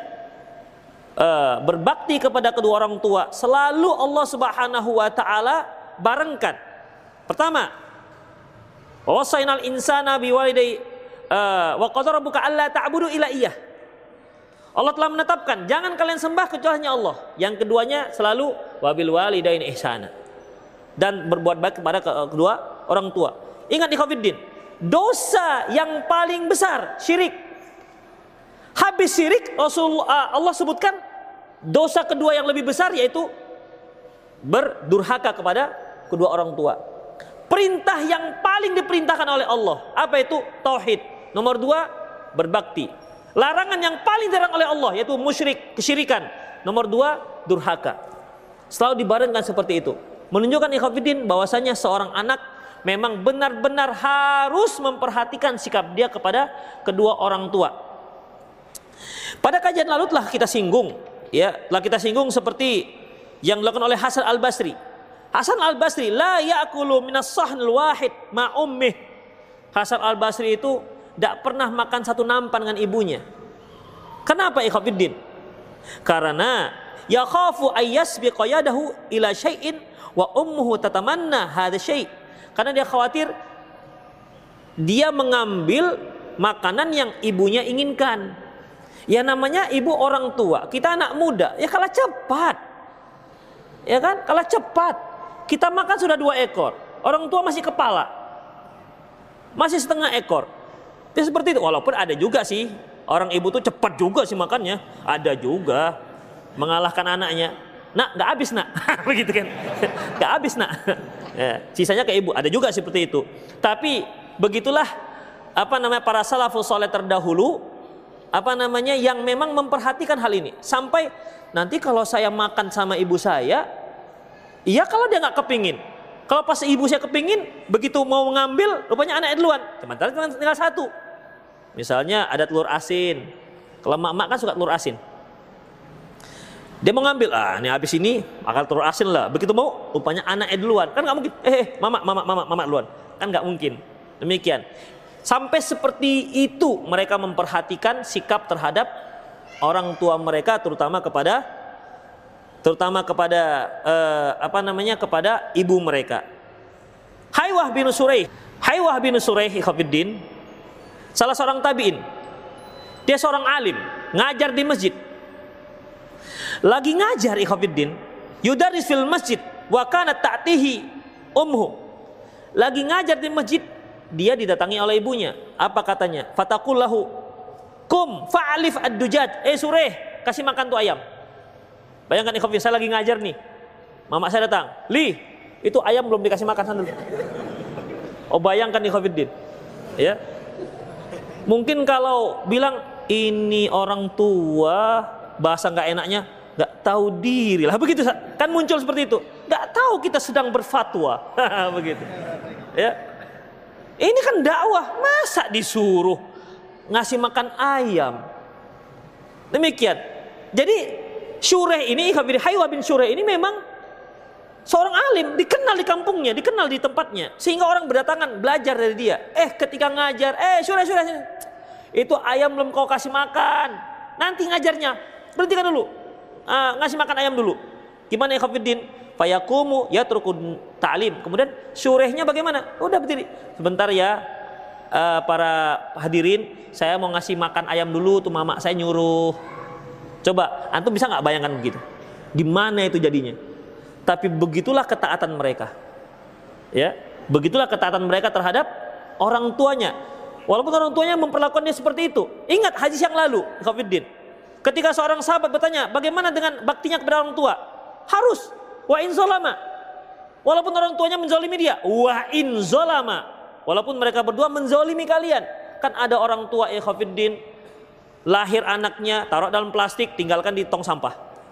berbakti kepada kedua orang tua selalu Allah Subhanahu wa taala barengkan. Pertama, wasainal insana biwalidayhi wa qadara rabbuka alla ta'budu illa iyyah. Allah telah menetapkan jangan kalian sembah kecuali hanya Allah. Yang keduanya selalu wabil walidaini ihsana, dan berbuat baik kepada kedua orang tua. Ingat ikhwafiddin, dosa yang paling besar syirik. Habis syirik Allah sebutkan dosa kedua yang lebih besar, yaitu berdurhaka kepada kedua orang tua. Perintah yang paling diperintahkan oleh Allah apa itu? Tauhid. Nomor 2, berbakti. Larangan yang paling dilarang oleh Allah yaitu musyrik, kesyirikan. Nomor 2, durhaka. Selalu dibarengkan seperti itu. Menunjukkan ikhwafiddin bahwasanya seorang anak memang benar-benar harus memperhatikan sikap dia kepada kedua orang tua. Pada kajian lalu telah kita singgung, ya, telah kita singgung seperti yang dilakukan oleh Hasan Al-Basri. Hasan Al-Basri la ya'kulu minas sahnil wahid ma ummih. Hasan Al-Basri itu tidak pernah makan satu nampan dengan ibunya. Kenapa ikhwafiddin? Karena yakhafu ayyasbiqa yadahu ila syai'in wa ummuhu tatamanna hadha syai'. Karena dia khawatir dia mengambil makanan yang ibunya inginkan. Ya namanya ibu orang tua, kita anak muda, ya kalah cepat. Ya kan? Kalah cepat. Kita makan sudah 2 ekor, orang tua masih kepala. masih setengah ekor. Dia seperti itu. Walaupun ada juga sih orang ibu tuh cepat juga sih makannya, ada juga mengalahkan anaknya. Nak, nggak habis nak, begitu kan? Nggak habis nak. Ya, sisanya ke ibu. Ada juga seperti itu. Tapi begitulah para salafus saleh terdahulu yang memang memperhatikan hal ini. Sampai nanti kalau saya makan sama ibu saya, iya kalau dia nggak kepingin. Kalau pas ibu saya kepingin, begitu mau ngambil, rupanya anaknya duluan. Sementara tinggal satu. Misalnya ada telur asin. Kalau mak kan suka telur asin. Dia mau ngambil, ini habis ini makan telur asin lah. Begitu mau, rupanya anaknya duluan. Kan nggak mungkin. Mama duluan. Kan nggak mungkin. Demikian. Sampai seperti itu mereka memperhatikan sikap terhadap orang tua mereka, terutama kepada kepada ibu mereka. Haywah bin Suraih ikhwafiddin, salah seorang tabi'in. Dia seorang alim, ngajar di masjid. Lagi ngajar ikhwafiddin, yudaris fil masjid wa kanat ta'tihi umhu. Lagi ngajar di masjid, dia didatangi oleh ibunya. Apa katanya? Fataqul lahu, kum fa'alif ad-dujaj. Suraih, kasih makan tuh ayam. Bayangkan ikhwafiddin, saya lagi ngajar nih. Mama saya datang, "Li, itu ayam belum dikasih makan sana dulu." Oh, bayangkan ikhwafiddin. Ya. Mungkin kalau bilang ini orang tua, bahasa nggak enaknya, nggak tahu diri lah, begitu kan muncul seperti itu. Nggak tahu kita sedang berfatwa, begitu. Ya, ini kan dakwah, masa disuruh ngasih makan ayam? Demikian. Jadi Syuraih ini, Haywah bin Syuraih ini memang seorang alim, dikenal di kampungnya, dikenal di tempatnya, sehingga orang berdatangan belajar dari dia. Ketika ngajar, Syuraih, itu ayam belum kau kasih makan, nanti ngajarnya, berhentikan dulu, ngasih makan ayam dulu. Gimana ya Khafiddin? Fayakumu yatrukun ta'lim. Kemudian Syuraihnya bagaimana? Udah berdiri. Sebentar ya, para hadirin, saya mau ngasih makan ayam dulu, tuh mama saya nyuruh. Coba, antum bisa nggak bayangkan begitu? Gimana itu jadinya? Tapi begitulah ketaatan mereka. Ya, begitulah ketaatan mereka terhadap orang tuanya. Walaupun orang tuanya memperlakukan dia seperti itu. Ingat hadis yang lalu, Khafiddin. Ketika seorang sahabat bertanya, bagaimana dengan baktinya kepada orang tua? Harus. Wa in zalama. Walaupun orang tuanya menzalimi dia. Wa in zalama. Walaupun mereka berdua menzalimi kalian. Kan ada orang tua Khafiddin, lahir anaknya, taruh dalam plastik, tinggalkan di tong sampah.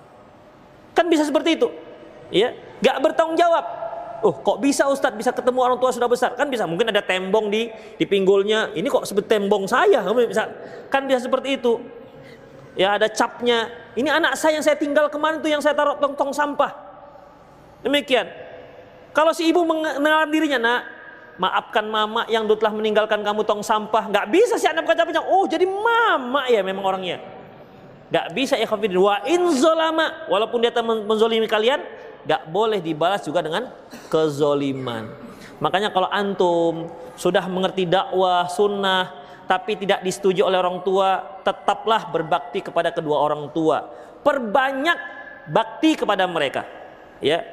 Kan bisa seperti itu. Ya, gak bertanggung jawab. Kok bisa Ustadz bisa ketemu orang tua sudah besar? Kan bisa, mungkin ada tembong di pinggulnya. Ini kok sebut tembong saya? Kan bisa seperti itu. Ya, ada capnya. Ini anak saya yang saya tinggal kemarin tuh, yang saya taruh tong sampah. Demikian. Kalau si ibu mengenal dirinya, nak, maafkan mama yang telah meninggalkan kamu tong sampah. Gak bisa si anak berkata, jadi mama ya memang orangnya. Gak bisa ya Khafiddin. Wa in zolama, walaupun dia menzolimi kalian, gak boleh dibalas juga dengan kezoliman. Makanya kalau antum sudah mengerti dakwah sunnah tapi tidak disetujui oleh orang tua, tetaplah berbakti kepada kedua orang tua. Perbanyak bakti kepada mereka. Ya,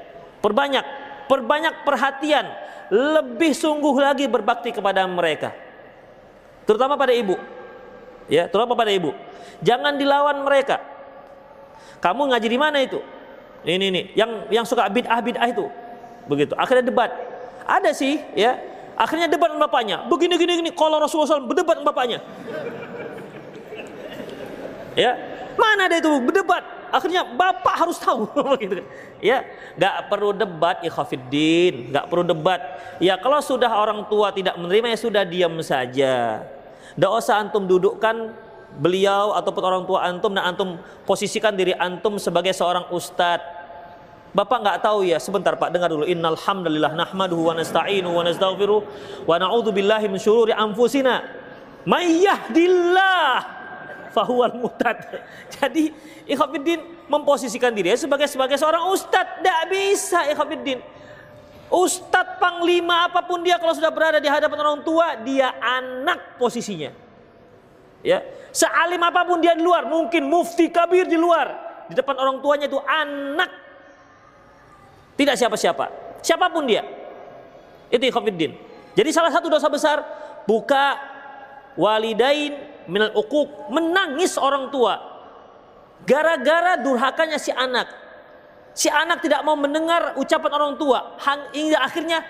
perbanyak perhatian, lebih sungguh lagi berbakti kepada mereka. Terutama pada ibu. Ya, terutama pada ibu. Jangan dilawan mereka. Kamu ngaji di mana itu? Ini yang suka bid'ah itu. Begitu. Akhirnya debat. Ada sih, ya. Akhirnya debat dengan bapaknya. Begini. Kalau Rasulullah SAW berdebat dengan bapaknya. Ya. Mana ada itu berdebat? Akhirnya bapak harus tahu. Begitu. Ya, enggak perlu debat, Khafiddin, enggak perlu debat. Ya, kalau sudah orang tua tidak menerima, ya sudah, diam saja. Enggak usah antum dudukkan beliau ataupun orang tua antum dan antum posisikan diri antum sebagai seorang ustadz. Bapak nggak tahu ya? Sebentar Pak, dengar dulu. Innal hamdalillah nahmaduhu wa nasta'inuhu wa nastaghfiruh wa na'udzu billahi min syururi anfusina may yahdillah fahuwal muhtad. Jadi Khafiddin memposisikan diri sebagai seorang ustadz. Nggak bisa Khafiddin. Ustadz panglima apapun dia, kalau sudah berada di hadapan orang tua, dia anak posisinya. Ya, sealim apapun dia di luar, mungkin mufti kabir di luar, di depan orang tuanya itu anak, tidak siapa-siapa, siapapun dia. Itu Khafiddin. Jadi salah satu dosa besar buka walidain minal uquq, menangis orang tua gara-gara durhakanya si anak. Si anak tidak mau mendengar ucapan orang tua, hingga akhirnya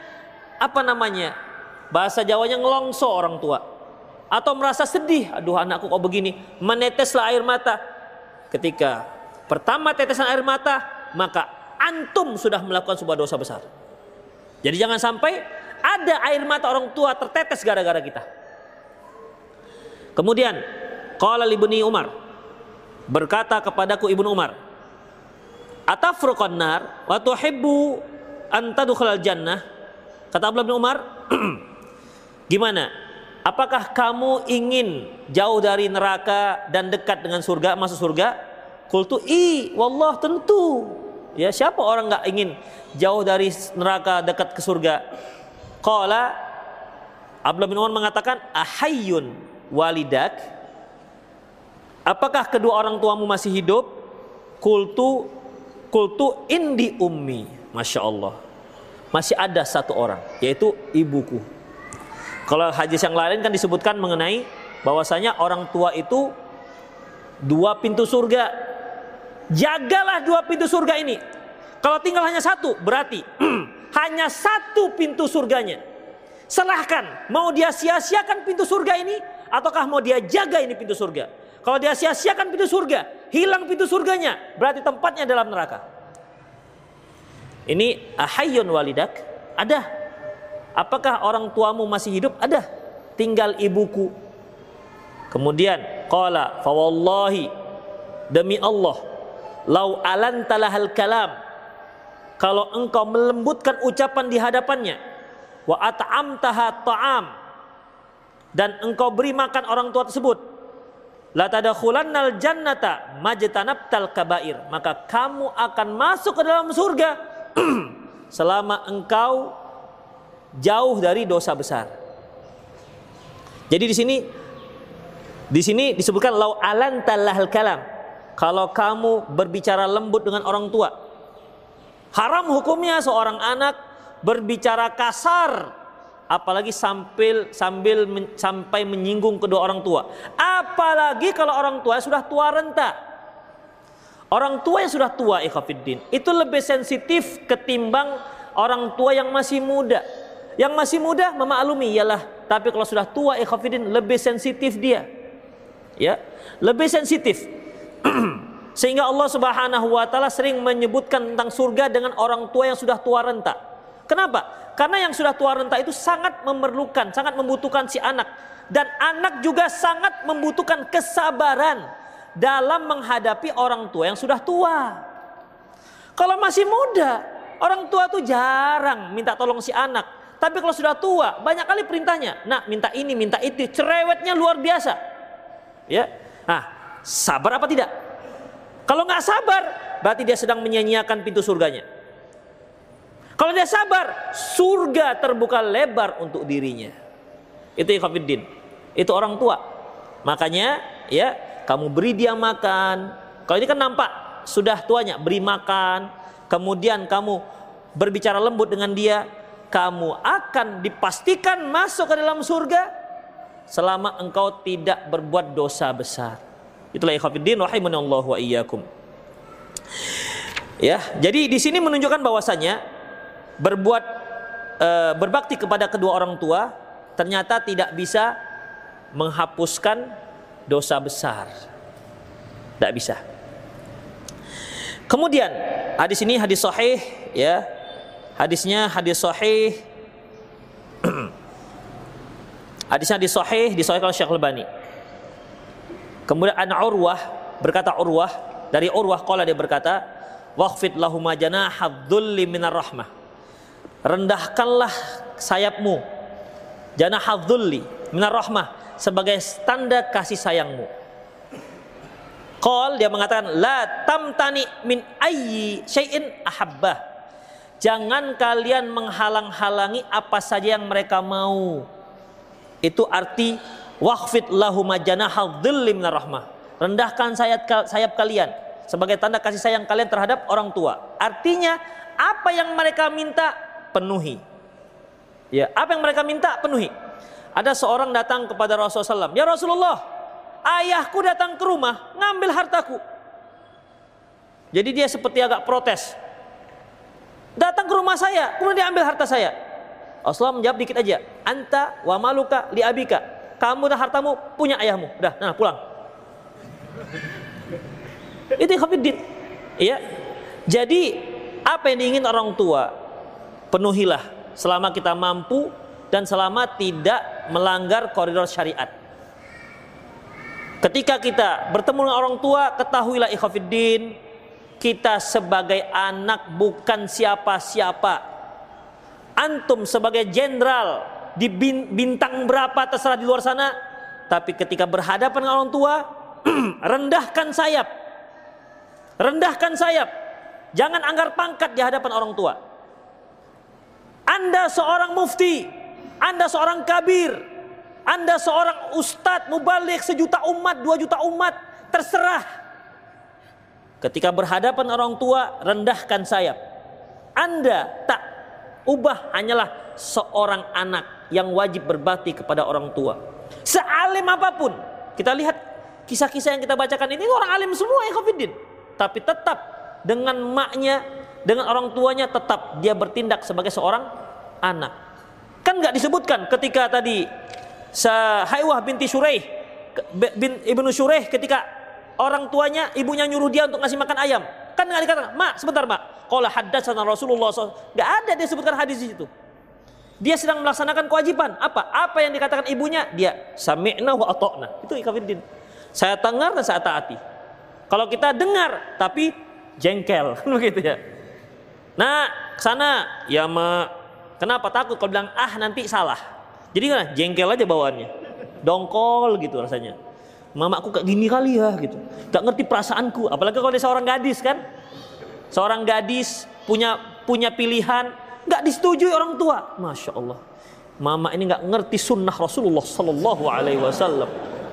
bahasa Jawanya ngelongso orang tua, atau merasa sedih, aduh anakku kok begini, meneteslah air mata. Ketika pertama tetesan air mata, maka antum sudah melakukan sebuah dosa besar. Jadi jangan sampai ada air mata orang tua tertetes gara-gara kita. Kemudian qala libni Umar, berkata kepadaku Ibnu Umar, atafruqan nar wa tuhibbu an tadkhulal jannah. Kata Abdullah bin Umar, gimana? Apakah kamu ingin jauh dari neraka dan dekat dengan surga, masuk surga? Qultu wallah, tentu. Ya, siapa orang enggak ingin jauh dari neraka dekat ke surga? Qala, Abdullah bin Umar mengatakan, ahayyun walidak? Apakah kedua orang tuamu masih hidup? Qultu indi ummi. Masya Allah, masih ada satu orang, yaitu ibuku. Kalau hadis yang lain kan disebutkan mengenai bahwasanya orang tua itu 2 pintu surga. Jagalah 2 pintu surga ini. Kalau tinggal hanya 1, berarti hanya 1 pintu surganya. Silahkan, mau dia sia-siakan pintu surga ini, ataukah mau dia jaga ini pintu surga. Kalau dia sia-siakan pintu surga, hilang pintu surganya, berarti tempatnya dalam neraka. Ini ahayyun walidak? Ada. Apakah orang tuamu masih hidup? Ada. Tinggal ibuku. Kemudian qala fa wallahi, demi Allah, lau alantalahal kalam, kalau engkau melembutkan ucapan di hadapannya, wa at'amtaha ta'am, dan engkau beri makan orang tua tersebut, la tadkhulannal jannata majtanabtal kabair, maka kamu akan masuk ke dalam surga selama engkau jauh dari dosa besar. Jadi di sini disebutkan lau alantalahal kalam, kalau kamu berbicara lembut dengan orang tua. Haram hukumnya seorang anak berbicara kasar, apalagi sampai menyinggung kedua orang tua. Apalagi kalau orang tua sudah tua renta. Orang tua yang sudah tua, ikhwafiddin, itu lebih sensitif ketimbang orang tua yang masih muda. Yang masih muda memaklumi, iyalah, tapi kalau sudah tua, ikhwafiddin, lebih sensitif dia. Ya, lebih sensitif. Sehingga Allah Subhanahu wa taala sering menyebutkan tentang surga dengan orang tua yang sudah tua renta. Kenapa? Karena yang sudah tua renta itu sangat memerlukan, sangat membutuhkan si anak, dan anak juga sangat membutuhkan kesabaran dalam menghadapi orang tua yang sudah tua. Kalau masih muda, orang tua tuh jarang minta tolong si anak. Tapi kalau sudah tua, banyak kali perintahnya. Nah, minta ini, minta itu, cerewetnya luar biasa. Ya, nah, sabar apa tidak? Kalau nggak sabar, berarti dia sedang menyia-nyiakan pintu surganya. Kalau dia sabar, surga terbuka lebar untuk dirinya. Itu ikhwafiddin, itu orang tua. Makanya, ya, kamu beri dia makan. Kalau ini kan nampak sudah tuanya, beri makan. Kemudian kamu berbicara lembut dengan dia, kamu akan dipastikan masuk ke dalam surga selama engkau tidak berbuat dosa besar. Itulah ikhwafiddin rahimanallahu wa iyyakum. Ya, jadi di sini menunjukkan bahwasanya berbakti kepada kedua orang tua ternyata tidak bisa menghapuskan dosa besar. Tidak bisa. Kemudian hadis ini hadis sahih, ya. Hadisnya hadis sahih. Hadisnya hadis sahih, disahihkan oleh Syekh Al-Albani. Kemudian an Urwah, berkata Urwah, dari Urwah qala, dia berkata, waqfid lahuma janahadh-dhulli minar rahmah. Rendahkanlah sayapmu, janahadh-dhulli minar rahmah, sebagai tanda kasih sayangmu. Qal, dia mengatakan, la tamtani min ayyi syai'in ahabbah. Jangan kalian menghalang-halangi apa saja yang mereka mau. Itu arti waqfid lahuma janahadh-dhulli minar rahmah. Rendahkan sayap kalian sebagai tanda kasih sayang kalian terhadap orang tua. Artinya apa yang mereka minta penuhi. Ya, apa yang mereka minta penuhi. Ada seorang datang kepada Rasulullah SAW. Ya Rasulullah, ayahku datang ke rumah ngambil hartaku. Jadi dia seperti agak protes. Datang ke rumah saya, kemudian dia ambil harta saya. Rasulullah menjawab dikit aja. Anta wa maluka li abika. Kamu dan hartamu punya ayahmu. Udah, nah pulang. Itu ikhwatiddin. Iya. Jadi apa yang diingin orang tua, penuhilah selama kita mampu dan selama tidak melanggar koridor syariat. Ketika kita bertemu dengan orang tua, ketahuilah ikhwatiddin, kita sebagai anak bukan siapa-siapa. Antum sebagai jenderal di bintang berapa terserah di luar sana, tapi ketika berhadapan dengan orang tua, rendahkan sayap. Rendahkan sayap. Jangan anggar pangkat di hadapan orang tua. Anda seorang mufti, Anda seorang kabir, Anda seorang ustadz mubaligh 1 juta umat, 2 juta umat, terserah. Ketika berhadapan orang tua, rendahkan sayap. Anda tak ubah, hanyalah seorang anak yang wajib berbakti kepada orang tua. Sealim apapun, kita lihat kisah-kisah yang kita bacakan ini orang alim semua ya ikhwatiddin. Tapi tetap dengan maknya, dengan orang tuanya, tetap dia bertindak sebagai seorang anak. Kan nggak disebutkan ketika tadi Haiwah binti Syuraih ibnu Syuraih, ketika orang tuanya, ibunya nyuruh dia untuk ngasih makan ayam, kan nggak dikatakan, "Mak, sebentar Mak, qala haddatsana Rasulullah SAW." Nggak ada dia sebutkan hadis di situ. Dia sedang melaksanakan kewajiban. Apa yang dikatakan ibunya? Dia sami'na wa ata'na. Itu ikhwatiddin. Saya dengar dan saya taati. Kalau kita dengar tapi jengkel, begitu ya. Nah, kesana, ya Mak. Kenapa takut? Kalau bilang nanti salah. Jadi kan jengkel aja bawaannya, dongkol gitu rasanya. Mamaku kayak gini kali ya gitu. Gak ngerti perasaanku. Apalagi kalau dia seorang gadis kan. Seorang gadis punya pilihan, gak disetujui orang tua. Masya Allah. Mama ini gak ngerti sunnah Rasulullah Sallallahu Alaihi Wasallam.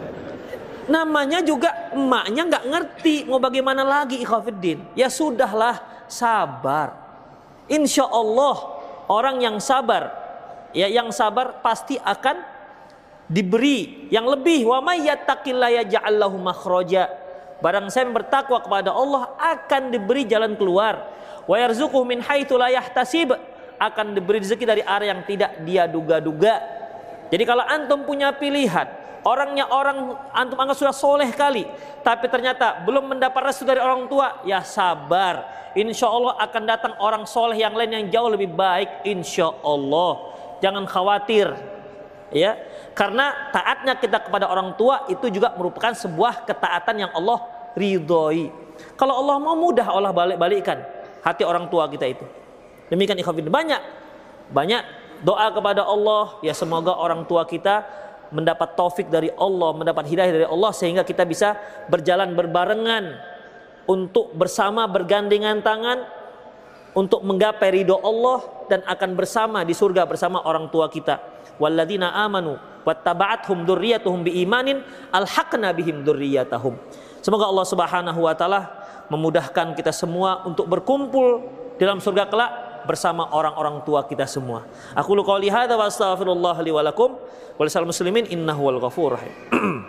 Namanya juga emaknya gak ngerti. Mau bagaimana lagi ikhwatiddin? Ya sudahlah, sabar. Insya Allah orang yang sabar, ya yang sabar pasti akan diberi yang lebih. Wa may yattaqillaha yaj'al lahu makhraja. Barang siapa yang bertakwa kepada Allah akan diberi jalan keluar. Wa yarzuquhu min haitsu la yahtasib. Akan diberi rezeki dari arah yang tidak dia duga-duga. Jadi kalau antum punya pilihan, orangnya orang antum anggap sudah soleh kali, tapi ternyata belum mendapat restu dari orang tua, ya sabar. Insya Allah akan datang orang soleh yang lain yang jauh lebih baik. Insya Allah. Jangan khawatir. Ya, karena taatnya kita kepada orang tua itu juga merupakan sebuah ketaatan yang Allah ridhoi. Kalau Allah mau, mudah Allah balik-balikkan hati orang tua kita itu. Demikian ikhwatiddin, banyak doa kepada Allah, ya semoga orang tua kita mendapat taufik dari Allah, mendapat hidayah dari Allah, sehingga kita bisa berjalan berbarengan untuk bersama bergandengan tangan untuk menggapai ridho Allah dan akan bersama di surga bersama orang tua kita. Walladzina amanu wattaba'athum dzurriyyatuhum biimanin alhaqna bihim dzurriyyatahum. Semoga Allah Subhanahu wa taala memudahkan kita semua untuk berkumpul dalam surga kelak bersama orang-orang tua kita semua. Aku qouli hadza wa astaghfirullah li wa lakum wa lisal muslimin innahu wal ghafurur rahim.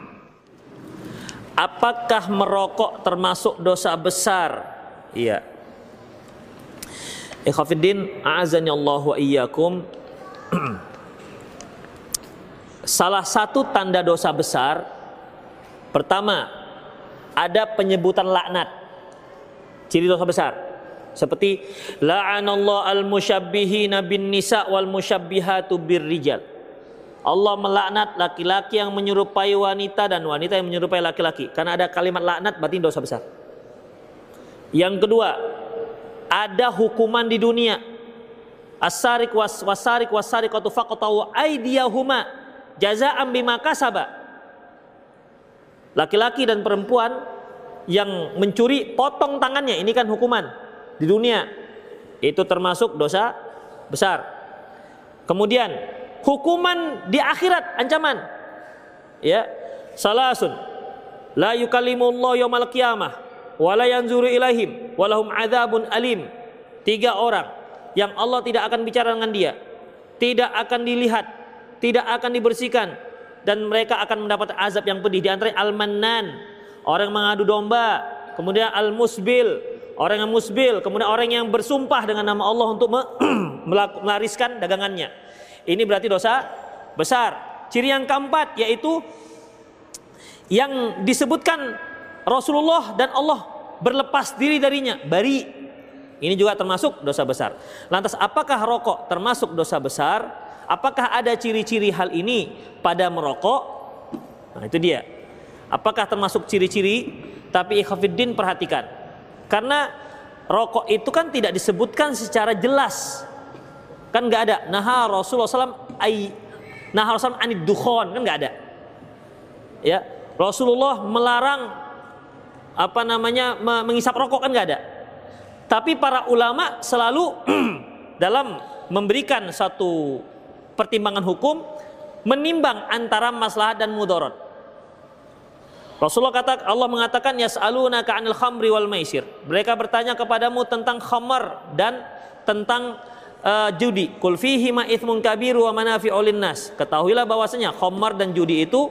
Apakah merokok termasuk dosa besar? Iya. Ikhwatiddin, a'azani Allah wa iyyakum. Salah satu tanda dosa besar, pertama, ada penyebutan laknat. Ciri dosa besar. Seperti la'anallahu al-musyabbihina bin nisa wal musyabbihatu birrijal. Allah melaknat laki-laki yang menyerupai wanita dan wanita yang menyerupai laki-laki. Karena ada kalimat laknat, berarti dosa besar. Yang kedua, ada hukuman di dunia. As-sariq was-sariqatu faqta'u aydiyahuma jazaa'an bima kasaba. Laki-laki dan perempuan yang mencuri, potong tangannya. Ini kan hukuman di dunia. Itu termasuk dosa besar. Kemudian hukuman di akhirat, ancaman. Ya, salasun la yukallimullahu yaumal qiyamah wa la yanzuru ilaihim wa lahum adzabun alim. 3 orang yang Allah tidak akan bicara dengan dia, tidak akan dilihat, tidak akan dibersihkan dan mereka akan mendapat azab yang pedih. Di antaranya al-mannan, orang yang mengadu domba, kemudian al-musbil, orang yang musbil, kemudian orang yang bersumpah dengan nama Allah untuk melariskan dagangannya. Ini berarti dosa besar. Ciri yang keempat yaitu yang disebutkan Rasulullah dan Allah berlepas diri darinya, bari. Ini juga termasuk dosa besar. Lantas apakah rokok termasuk dosa besar? Apakah ada ciri-ciri hal ini pada merokok? Nah, itu dia. Apakah termasuk ciri-ciri? Tapi ikhwatiddin perhatikan. Karena rokok itu kan tidak disebutkan secara jelas. Kan nggak ada. Naha Rasulullah SAW naha Rasulullah anid dukhon, kan nggak ada. Ya, Rasulullah melarang mengisap rokok, kan nggak ada. Tapi para ulama selalu dalam memberikan satu pertimbangan hukum menimbang antara maslahat dan mudarat. Allah mengatakan yas'alunaka 'anil khamri wal maisir. Mereka bertanya kepadamu tentang khamar dan tentang judi. Qul fihi ma itsmun kabir wa manafi'u linnas. Ketahuilah bahwasanya khamar dan judi itu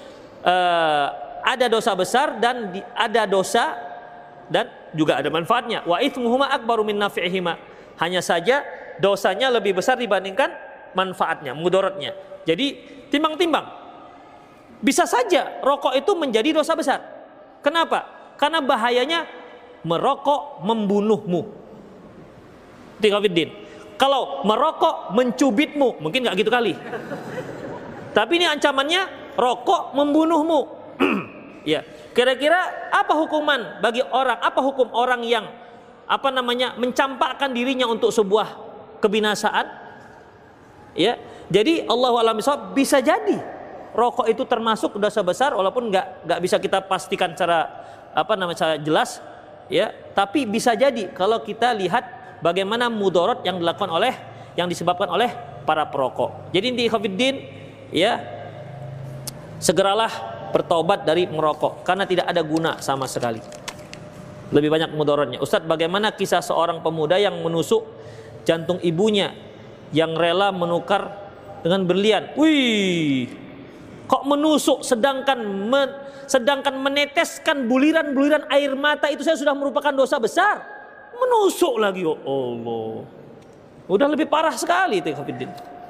ada dosa besar dan ada dosa dan juga ada manfaatnya. Wa itsmuhuma akbaru min nafi'ihima. Hanya saja dosanya lebih besar dibandingkan manfaatnya, mudaratnya. Jadi timbang-timbang. Bisa saja rokok itu menjadi dosa besar. Kenapa? Karena bahayanya merokok membunuhmu. Tiqafiddin. Kalau merokok mencubitmu, mungkin nggak gitu kali. Tapi ini ancamannya rokok membunuhmu. Ya, kira-kira apa hukuman bagi orang? Apa hukum orang yang mencampakkan dirinya untuk sebuah kebinasaan? Ya, jadi Allahu a'lam bishawab, bisa jadi rokok itu termasuk dosa besar walaupun nggak bisa kita pastikan secara secara jelas, ya. Tapi bisa jadi kalau kita lihat bagaimana mudarat yang disebabkan oleh para perokok. Jadi inti ikhwatiddin, ya, segeralah bertobat dari merokok karena tidak ada guna sama sekali. Lebih banyak mudaratnya. Ustadz, bagaimana kisah seorang pemuda yang menusuk jantung ibunya yang rela menukar dengan berlian? Wih, kok menusuk sedangkan meneteskan buliran-buliran air mata itu saya sudah merupakan dosa besar. Menusuk lagi, oh Allah. Udah lebih parah sekali itu, Hafidzin.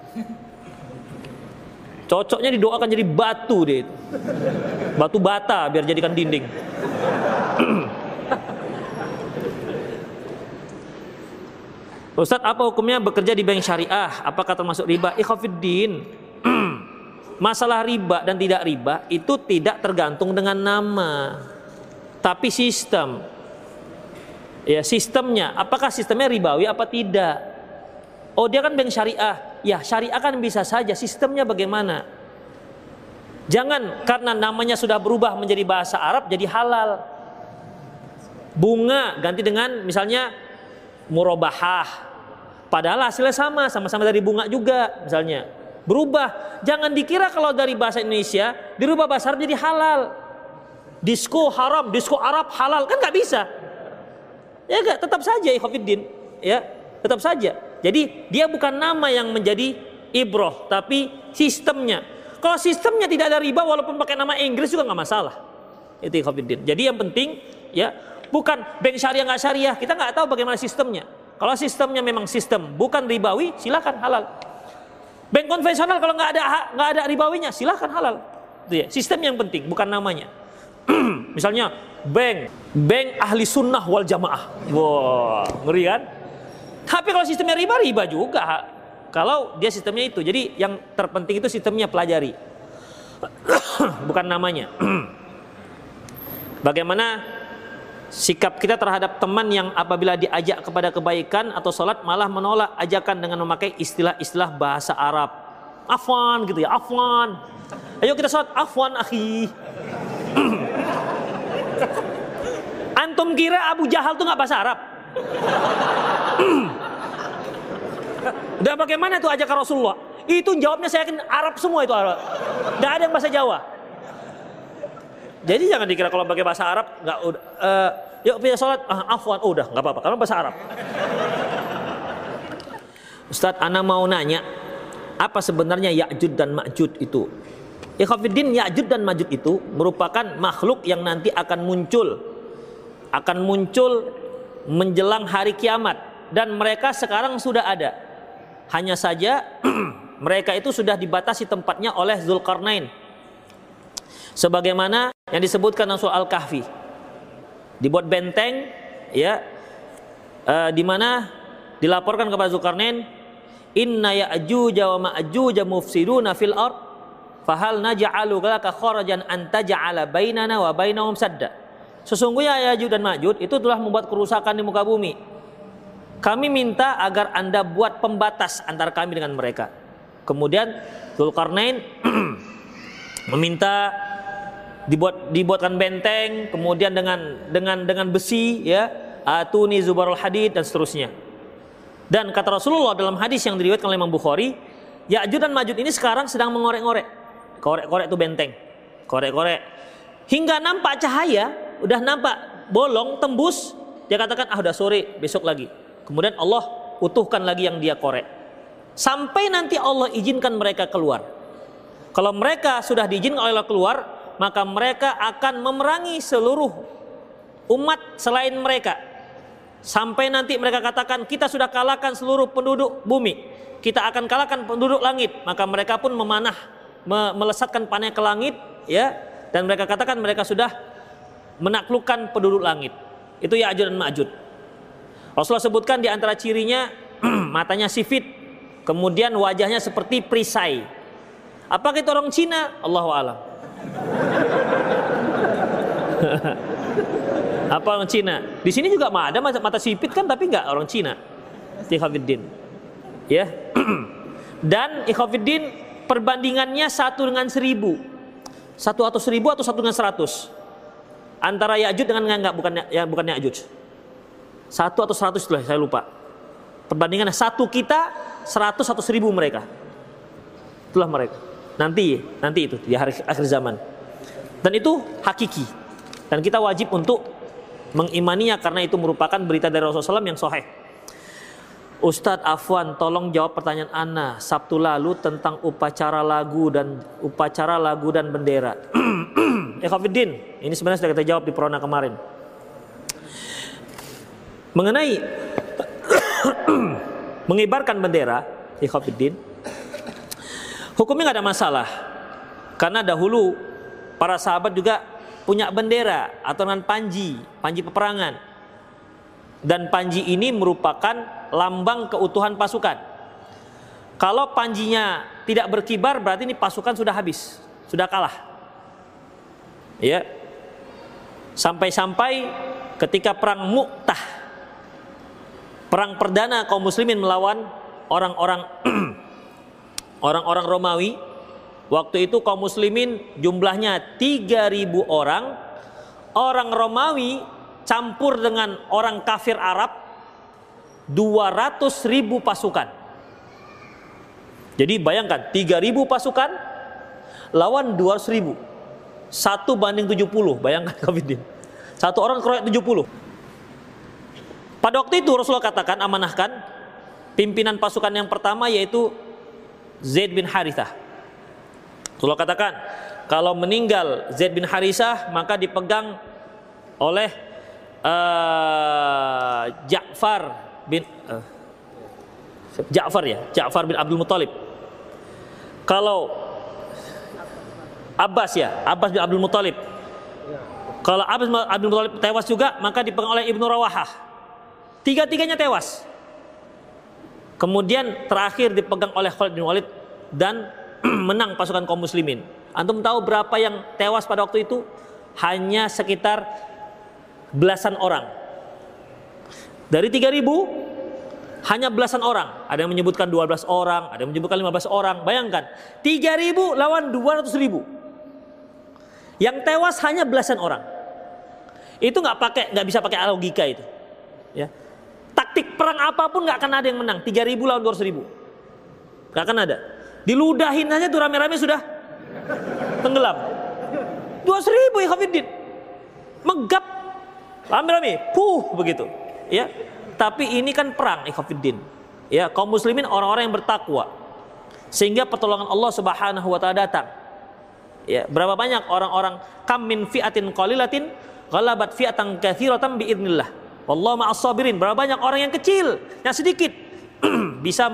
Cocoknya didoakan jadi batu deh. Batu bata biar jadikan dinding. Ustadz, apa hukumnya bekerja di bank syariah? Apakah termasuk riba? Ikhwatiddin, masalah riba dan tidak riba itu tidak tergantung dengan nama, tapi sistem. Ya, sistemnya. Apakah sistemnya ribawi apa tidak? Oh, dia kan bank syariah. Ya, syariah kan bisa saja. Sistemnya bagaimana? Jangan karena namanya sudah berubah menjadi bahasa Arab jadi halal. Bunga ganti dengan misalnya murabahah, padahal hasilnya sama-sama dari bunga juga misalnya. Berubah, jangan dikira kalau dari bahasa Indonesia dirubah bahasa Arab jadi halal. Disko haram, disko Arab halal, kan nggak bisa. Ya nggak, tetap saja ikhwatiddin, ya tetap saja. Jadi dia bukan nama yang menjadi ibroh, tapi sistemnya. Kalau sistemnya tidak ada riba walaupun pakai nama Inggris juga nggak masalah. Itu ikhwatiddin. Jadi yang penting, ya, bukan bank syariah nggak syariah, kita nggak tahu bagaimana sistemnya. Kalau sistemnya memang sistem bukan ribawi, silakan halal. Bank konvensional kalau nggak ada ribawinya, silakan halal. Itu ya, sistem yang penting, bukan namanya. Misalnya bank ahli sunnah wal jamaah, wah ngeri kan? Tapi kalau sistemnya riba juga. Kalau dia sistemnya itu, jadi yang terpenting itu sistemnya, pelajari, bukan namanya. Bagaimana sikap kita terhadap teman yang apabila diajak kepada kebaikan atau sholat malah menolak ajakan dengan memakai istilah-istilah bahasa Arab. Afwan gitu ya, afwan. Ayo kita sholat, afwan akhi. Antum kira Abu Jahal tuh nggak bahasa Arab? Dan bagaimana tuh ajakan Rasulullah? Itu jawabnya saya yakin Arab semua itu Arab. Nggak ada yang bahasa Jawa. Jadi jangan dikira kalau pakai bahasa Arab nggak yuk pilih sholat, afwan, udah nggak apa-apa karena bahasa Arab. Ustadz, ana mau nanya, apa sebenarnya Ya'jud dan Ma'jud itu? Ikhwafiddin, Ya'jud dan Ma'jud itu merupakan makhluk yang nanti akan muncul menjelang hari kiamat, dan mereka sekarang sudah ada. Hanya saja mereka itu sudah dibatasi tempatnya oleh Dzulqarnain, sebagaimana yang disebutkan dalam surah Al-Kahfi. Dibuat benteng, ya, di mana dilaporkan kepada Dzulqarnain, inna Ya'juj wa Ma'juj mufsiduna fil ard fahal naj'alu laka kharajan an taj'ala bainana wa bainahum sadda. Sesungguhnya Ya'juj dan Ma'juj itu telah membuat kerusakan di muka bumi. Kami minta agar Anda buat pembatas antara kami dengan mereka. Kemudian Dzulqarnain meminta dibuatkan benteng, kemudian dengan besi, ya, atuni zubarul hadid dan seterusnya. Dan kata Rasulullah dalam hadis yang diriwayatkan oleh Imam Bukhari, Ya'juj dan Ma'juj ini sekarang sedang korek-korek itu benteng, korek-korek hingga nampak cahaya, udah nampak bolong tembus. Dia katakan, udah sore, besok lagi. Kemudian Allah utuhkan lagi yang dia korek, sampai nanti Allah izinkan mereka keluar. Kalau mereka sudah diizinkan oleh Allah keluar, maka mereka akan memerangi seluruh umat selain mereka, sampai nanti mereka katakan, kita sudah kalahkan seluruh penduduk bumi, kita akan kalahkan penduduk langit. Maka mereka pun melesatkan panah ke langit, ya, dan mereka katakan mereka sudah menaklukkan penduduk langit. Itu Ya'juj dan Ma'juj. Rasulullah sebutkan di antara cirinya matanya sifit, kemudian wajahnya seperti perisai. Apakah itu orang Cina? Allahu a'lam. Apa orang Cina? Di sini juga ada mata sipit kan, tapi enggak orang Cina. Ikhwafiddin. Ya. Dan ikhwafiddin, perbandingannya 1 dengan 1000. 1 atau 1000 atau 1 dengan 100. Antara Ya'juj dengan enggak, bukan Ya'juj. 1 atau 100 itulah, saya lupa. Perbandingannya 1 kita, 100 atau 1000 mereka. Itulah mereka. Nanti itu di hari akhir zaman. Dan itu hakiki. Dan kita wajib untuk mengimaninya karena itu merupakan berita dari Rasulullah SAW yang sahih. Ustadz Afwan, tolong jawab pertanyaan Ana Sabtu lalu tentang upacara lagu dan bendera. Ikhwafiddin, ini sebenarnya sudah kita jawab di Prona kemarin. Mengenai mengibarkan bendera, ikhwafiddin, hukumnya nggak ada masalah, karena dahulu para sahabat juga punya bendera atau dengan panji peperangan, dan panji ini merupakan lambang keutuhan pasukan. Kalau panjinya tidak berkibar, berarti ini pasukan sudah habis, sudah kalah. Ya, sampai-sampai ketika perang Mu'tah, perang perdana kaum muslimin melawan orang-orang Romawi. Waktu itu kaum muslimin jumlahnya 3.000 orang. Orang Romawi campur dengan orang kafir Arab 200.000 pasukan. Jadi bayangkan 3.000 pasukan lawan 200.000. 1:70. Bayangkan kafirin. Satu orang keroyok 70. Pada waktu itu Rasulullah katakan, amanahkan pimpinan pasukan yang pertama yaitu Zaid bin Harithah. Rasulullah katakan, kalau meninggal Zaid bin Harithah maka dipegang oleh Ja'far bin Abdul Muthalib. Kalau Abbas bin Abdul Muthalib. Kalau Abbas bin Abdul Muthalib tewas juga, maka dipegang oleh Ibnu Rawahah. Tiga-tiganya tewas. Kemudian terakhir dipegang oleh Khalid bin Walid dan menang pasukan kaum muslimin. Antum tahu berapa yang tewas pada waktu itu? Hanya sekitar belasan orang. Dari 3.000 hanya belasan orang. Ada yang menyebutkan 12 orang, ada yang menyebutkan 15 orang. Bayangkan, 3.000 lawan 200.000. Yang tewas hanya belasan orang. Itu nggak bisa pakai logika itu. Ya. Taktik perang apapun nggak akan ada yang menang. 3.000 lawan 200.000. Nggak akan ada. Diludahin aja tuh rame-rame sudah tenggelam. 200.000 ya Khafiddin. Megap rame-rame, begitu. Ya. Tapi ini kan perang, ikhwafiddin. Ya, kaum muslimin orang-orang yang bertakwa. sehingga pertolongan Allah Subhanahu wa taala datang. Ya, berapa banyak orang-orang kam min fi'atin qalilatin ghalabat fi'atan katsiratan biidznillah. Wallahu ma'as sabirin. Berapa banyak orang yang kecil, yang sedikit bisa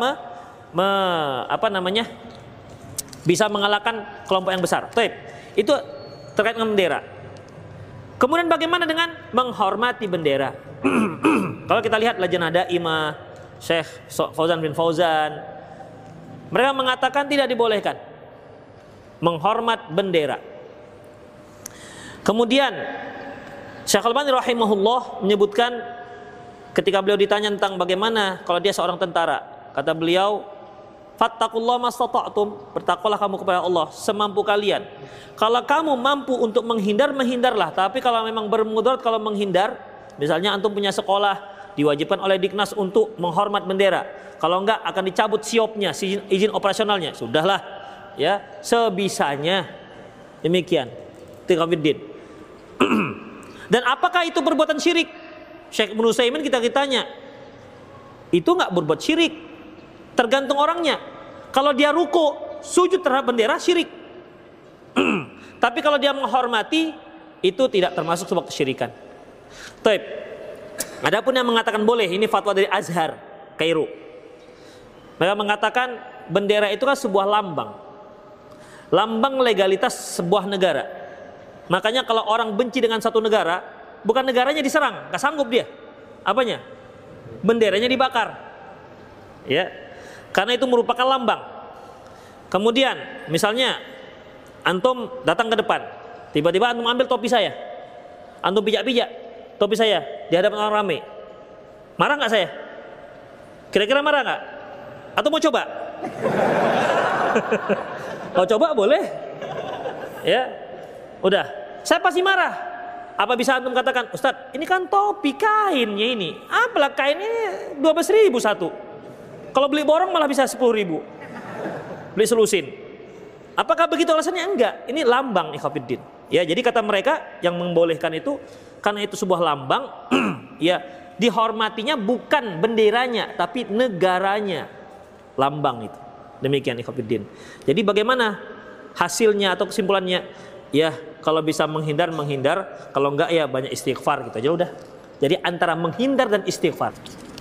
bisa mengalahkan kelompok yang besar. Baik. Itu terkait dengan bendera. Kemudian bagaimana dengan menghormati bendera? Kalau kita lihat Lajnah Daimah, Syekh Fauzan bin Fauzan, mereka mengatakan tidak dibolehkan menghormat bendera. Kemudian Syekh Al-Albani rahimahullah menyebutkan ketika beliau ditanya tentang bagaimana kalau dia seorang tentara, kata beliau, fattaqullaha mastata'tum, bertakwalah kamu kepada Allah semampu kalian. Kalau kamu mampu untuk menghindar, menghindarlah. Tapi kalau memang bermudarat kalau menghindar, misalnya antum punya sekolah, diwajibkan oleh Diknas untuk menghormat bendera. Kalau enggak akan dicabut siopnya, izin operasionalnya. Sudahlah, ya, sebisanya. Demikian. Tiqafiddin. Dan apakah itu perbuatan syirik? Syekh Ibnu Utsaimin kita tanya. Itu enggak berbuat syirik. Tergantung orangnya. Kalau dia ruku, sujud terhadap bendera, syirik. Tapi kalau dia menghormati, itu tidak termasuk sebuah kesyirikan. Taib. Adapun yang mengatakan boleh, ini fatwa dari Azhar, Kairo. Mereka mengatakan bendera itu kan sebuah lambang. Lambang legalitas sebuah negara. Makanya kalau orang benci dengan satu negara, bukan negaranya diserang, gak sanggup dia. Apanya? Benderanya dibakar. Ya. Karena itu merupakan lambang. Kemudian misalnya antum datang ke depan, tiba-tiba antum ambil topi saya, antum pijak-pijak topi saya di hadapan orang ramai, marah nggak saya? Kira-kira marah nggak? Atau mau coba? Mau coba boleh? Ya, udah. Saya pasti marah. Apa bisa antum katakan, Ustadz, ini kan topi kainnya ini, apalah kainnya 12.000 satu. Kalau beli borong malah bisa 10.000. Beli selusin. Apakah begitu alasannya? Enggak. Ini lambang ikhwatiddin. Ya, jadi kata mereka yang membolehkan itu karena itu sebuah lambang, ya, dihormatinya bukan benderanya tapi negaranya. Lambang itu. Demikian ikhwatiddin. Jadi bagaimana hasilnya atau kesimpulannya? Ya, kalau bisa menghindar, kalau enggak ya banyak istighfar gitu aja udah. Jadi antara menghindar dan istighfar.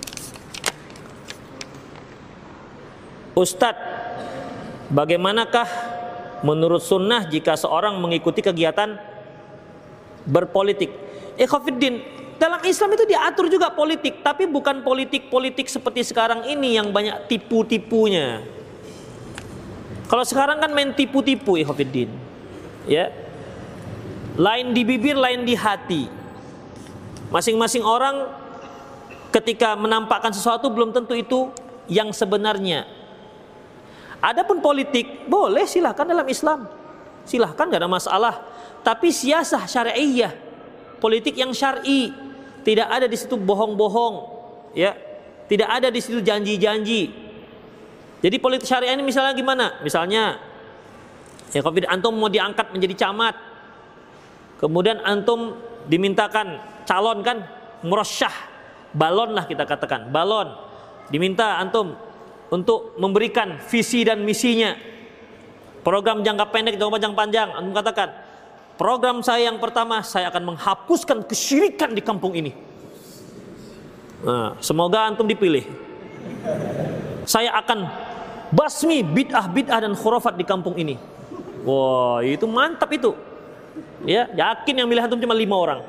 Ustadz, bagaimanakah menurut sunnah jika seorang mengikuti kegiatan berpolitik? Ikhwatiddin, dalam Islam itu diatur juga politik, tapi bukan politik seperti sekarang ini yang banyak tipu-tipunya. Kalau sekarang kan main tipu-tipu ikhwatiddin. Ya. Lain di bibir, lain di hati. Masing-masing orang ketika menampakkan sesuatu belum tentu itu yang sebenarnya. Adapun politik boleh, silahkan dalam Islam, silahkan, gak ada masalah. Tapi siasah syari'iyah, politik yang syar'i, tidak ada di situ bohong-bohong, ya, tidak ada di situ janji-janji. Jadi politik syariah ini misalnya gimana? Misalnya, ya, kalau antum mau diangkat menjadi camat, kemudian antum dimintakan calon kan, murasyah, balon lah kita katakan, balon, diminta antum untuk memberikan visi dan misinya, program jangka pendek, jangka panjang. Antum katakan, program saya yang pertama, saya akan menghapuskan kesyirikan di kampung ini. Nah, semoga antum dipilih. Saya akan basmi bid'ah dan khurafat di kampung ini. Wah, itu mantap itu. Ya, yakin yang milih antum cuma 5 orang.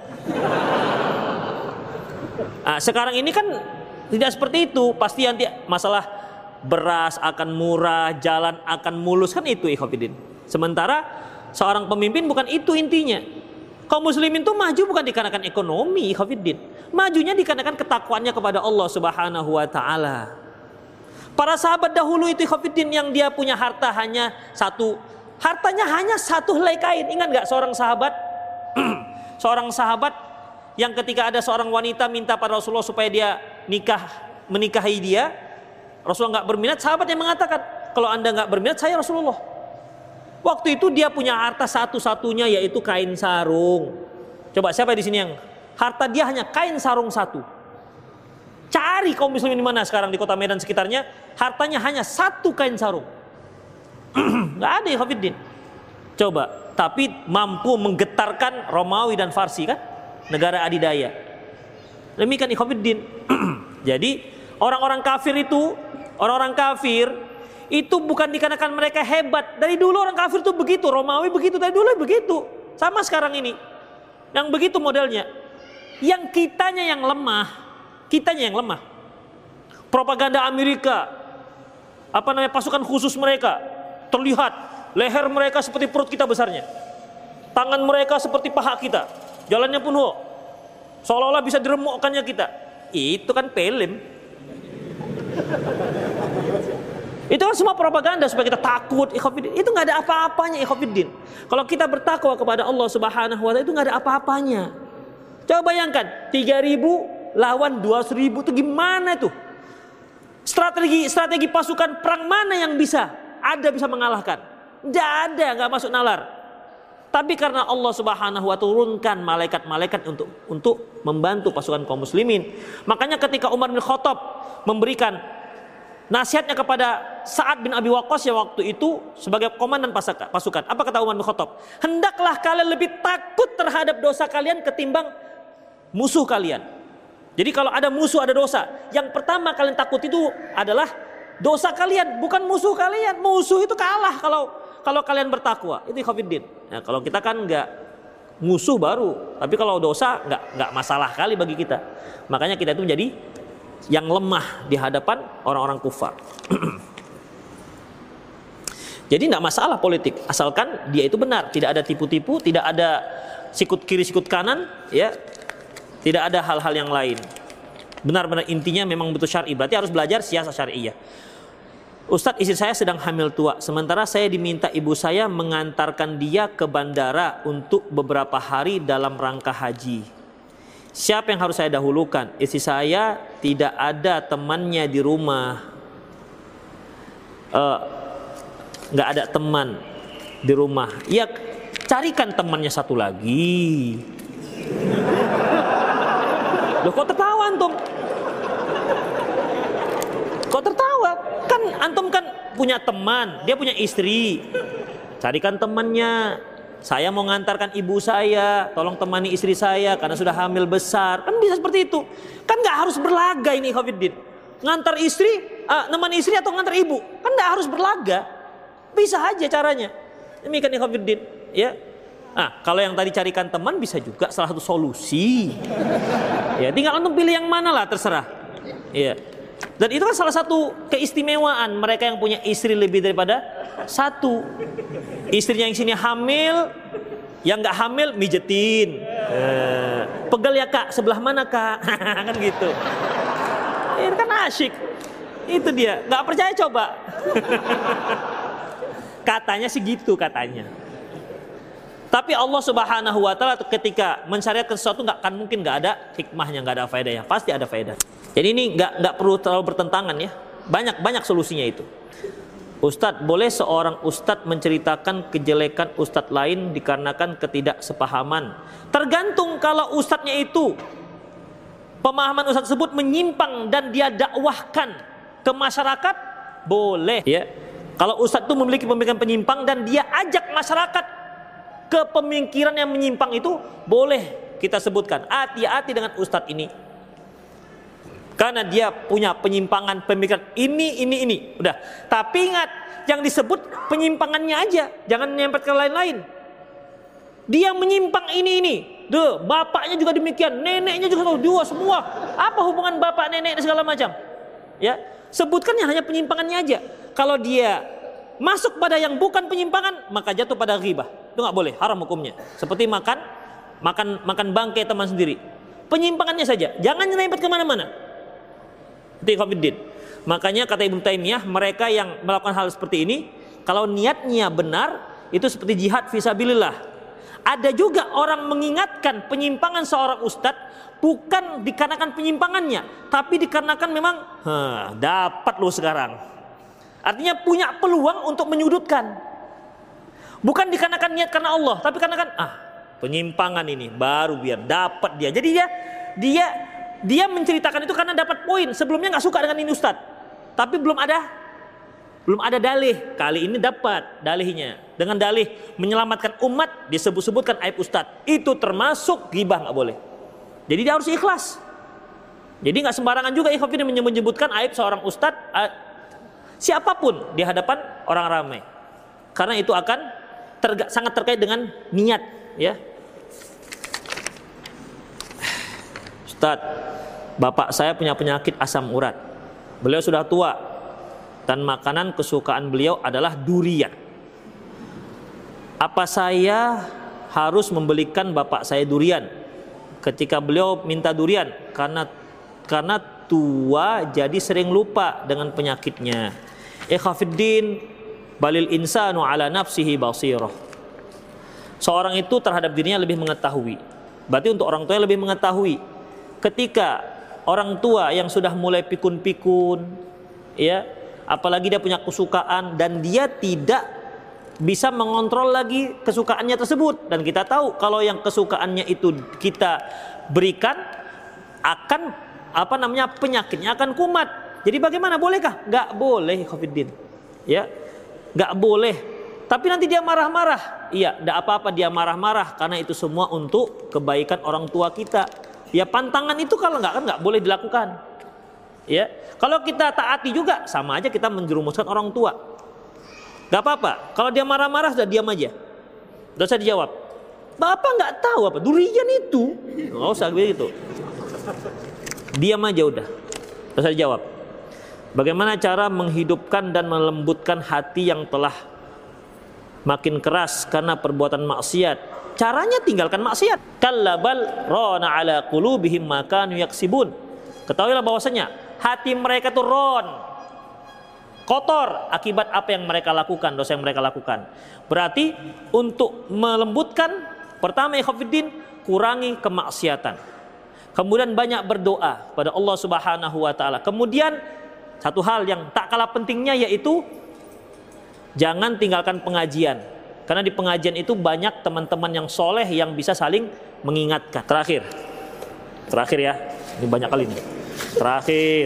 Nah, sekarang ini kan tidak seperti itu. Pasti nanti masalah beras akan murah, jalan akan mulus, kan itu ikhwatiddin. Sementara seorang pemimpin bukan itu intinya. Kaum muslimin itu maju bukan dikarenakan ekonomi ikhwatiddin. Majunya dikarenakan ketakwaannya kepada Allah Subhanahu wa taala. Para sahabat dahulu itu ikhwatiddin yang dia punya harta hanya satu. Hartanya hanya satu helai kain. Ingat enggak seorang sahabat? Seorang sahabat yang ketika ada seorang wanita minta pada Rasulullah supaya dia menikahi dia, Rasulullah nggak berminat, sahabat yang mengatakan, kalau anda nggak berminat, saya Rasulullah. Waktu itu dia punya harta satu-satunya yaitu kain sarung. Coba siapa di sini yang harta dia hanya kain sarung satu? Cari kaum muslimin di mana sekarang di kota Medan sekitarnya, hartanya hanya satu kain sarung. Nggak ada ikhwatiddin. Coba, tapi mampu menggetarkan Romawi dan Farsi kan, negara adidaya. Demikian ikhwatiddin. Jadi orang-orang kafir itu bukan dikarenakan mereka hebat. Dari dulu orang kafir itu begitu, Romawi begitu, dari dulu begitu. Sama sekarang ini. Yang begitu modelnya. Yang kitanya yang lemah. Propaganda Amerika, pasukan khusus mereka terlihat, leher mereka seperti perut kita besarnya, tangan mereka seperti paha kita, jalannya pun seolah-olah bisa diremukkannya kita. Itu kan film. Itu kan semua propaganda supaya kita takut. Itu nggak ada apa-apanya ikhwatiddin. Kalau kita bertakwa kepada Allah Subhanahu wa taala itu nggak ada apa-apanya. Coba bayangkan 3.000 lawan 200.000 itu gimana tuh? Strategi pasukan perang mana yang bisa mengalahkan? Nggak ada, nggak masuk nalar. Tapi karena Allah Subhanahu wa taala turunkan malaikat-malaikat untuk membantu pasukan kaum muslimin. Makanya ketika Umar bin Khattab memberikan nasihatnya kepada Sa'ad bin Abi Waqqas yang waktu itu sebagai komandan pasukan. Apa kata Umar bin Khattab? Hendaklah kalian lebih takut terhadap dosa kalian ketimbang musuh kalian. Jadi kalau ada musuh, ada dosa, yang pertama kalian takut itu adalah dosa kalian, bukan musuh kalian. Musuh itu kalah kalau kalian bertakwa. Itu ikhwatiddin. Nah, kalau kita kan enggak, musuh baru. Tapi kalau dosa enggak masalah kali bagi kita. Makanya kita itu menjadi yang lemah di hadapan orang-orang kufar. Jadi tidak masalah politik, asalkan dia itu benar, tidak ada tipu-tipu, tidak ada sikut kiri sikut kanan, ya, tidak ada hal-hal yang lain. Benar-benar intinya memang betul syar'i. Berarti harus belajar siasat syari'iyah. Ustadz, istri saya sedang hamil tua, sementara saya diminta ibu saya mengantarkan dia ke bandara untuk beberapa hari dalam rangka haji. Siapa yang harus saya dahulukan? Istri saya tidak ada temannya di rumah. Nggak ada teman di rumah. Ya, carikan temannya satu lagi. Loh, kok tertawa antum? Kok tertawa? Kan antum kan punya teman, dia punya istri. Carikan temannya. Saya mau ngantarkan ibu saya, tolong temani istri saya karena sudah hamil besar. Kan bisa seperti itu. Kan nggak harus berlaga ini ikhwatiddin. Ngantar istri, nemani istri atau ngantar ibu. Kan nggak harus berlaga. Bisa aja caranya. Demikian ikhwatiddin, ya. Kalau yang tadi carikan teman bisa juga salah satu solusi. Ya, tinggal antum pilih yang mana lah, terserah. Ya. Dan itu kan salah satu keistimewaan mereka yang punya istri lebih daripada satu. Istrinya yang sini hamil, yang nggak hamil mijetin. Pegel ya kak, sebelah mana kak? Kan gitu. Ini kan asyik. Itu dia. Nggak percaya coba. Katanya sih gitu katanya. Tapi Allah Subhanahu wa taala ketika mensyariatkan sesuatu nggak akan mungkin nggak ada hikmahnya, nggak ada faedahnya. Pasti ada faedah. Jadi ini nggak perlu terlalu bertentangan ya. Banyak solusinya itu. Ustadz, boleh seorang ustadz menceritakan kejelekan ustadz lain dikarenakan ketidaksepahaman? Tergantung kalau ustadznya itu pemahaman ustadz tersebut menyimpang dan dia dakwahkan ke masyarakat, boleh ya. Kalau ustadz itu memiliki pemikiran penyimpang dan dia ajak masyarakat ke pemikiran yang menyimpang itu, boleh kita sebutkan hati-hati dengan ustadz ini. Karena dia punya penyimpangan pemikiran ini. Udah. Tapi ingat, yang disebut penyimpangannya aja, jangan nyempet ke lain-lain. Dia menyimpang ini. Duh, bapaknya juga demikian, neneknya juga dua semua. Apa hubungan bapak, nenek dan segala macam? Ya, sebutkan yang hanya penyimpangannya aja. Kalau dia masuk pada yang bukan penyimpangan, maka jatuh pada ghibah. Itu nggak boleh, haram hukumnya. Seperti makan bangkai teman sendiri. Penyimpangannya saja, jangan nyerempet kemana-mana. Itu ikhwatiddin. Makanya kata Ibnu Taimiyah, mereka yang melakukan hal seperti ini, kalau niatnya benar, itu seperti jihad fisabilillah. Ada juga orang mengingatkan penyimpangan seorang ustadz bukan dikarenakan penyimpangannya, tapi dikarenakan memang dapat lo sekarang. Artinya punya peluang untuk menyudutkan. Bukan dikarenakan niat karena Allah, tapi karena penyimpangan ini baru biar dapat dia. Jadi dia menceritakan itu karena dapat poin. Sebelumnya nggak suka dengan ini ustadz, tapi belum ada Belum ada dalih, kali ini dapat dalihnya. Dengan dalih menyelamatkan umat disebut-sebutkan aib ustadz. Itu termasuk ghibah, nggak boleh. Jadi dia harus ikhlas. Jadi nggak sembarangan juga ikhwan menyebutkan aib seorang ustadz siapapun di hadapan orang ramai. Karena itu akan sangat terkait dengan niat, ya. Ustadz, bapak saya punya penyakit asam urat. Beliau sudah tua dan makanan kesukaan beliau adalah durian. Apa saya harus membelikan bapak saya durian ketika beliau minta durian karena tua jadi sering lupa dengan penyakitnya? Ikhafiddin, balil insanu ala nafsihi basirah. Seorang itu terhadap dirinya lebih mengetahui. Berarti untuk orang tua lebih mengetahui. Ketika orang tua yang sudah mulai pikun-pikun, ya, apalagi dia punya kesukaan dan dia tidak bisa mengontrol lagi kesukaannya tersebut, dan kita tahu kalau yang kesukaannya itu kita berikan akan penyakitnya akan kumat. Jadi bagaimana, bolehkah? Nggak boleh, Khofiddin, ya, nggak boleh. Tapi nanti dia marah-marah, iya, nggak apa-apa dia marah-marah karena itu semua untuk kebaikan orang tua kita. Ya, pantangan itu kalau nggak boleh dilakukan. Ya, kalau kita taati juga sama aja kita menjerumuskan orang tua. Gak apa-apa, kalau dia marah-marah sudah diam aja, gak usah dijawab. Bapak nggak tahu apa durian itu, nggak usah begitu. Diam aja udah, gak usah dijawab. Bagaimana cara menghidupkan dan melembutkan hati yang telah makin keras karena perbuatan maksiat? Caranya tinggalkan maksiat. Kallabal rona ala qulubihim ma kanu yaksibun. Ketahuilah bahwasanya hati mereka tuh kotor akibat apa yang mereka lakukan, dosa yang mereka lakukan. Berarti untuk melembutkan, pertama ikhwatiddin, kurangi kemaksiatan. Kemudian banyak berdoa pada Allah Subhanahu wa taala. Kemudian satu hal yang tak kalah pentingnya yaitu jangan tinggalkan pengajian. Karena di pengajian itu banyak teman-teman yang soleh yang bisa saling mengingatkan. Terakhir ya, ini banyak kali nih. Terakhir.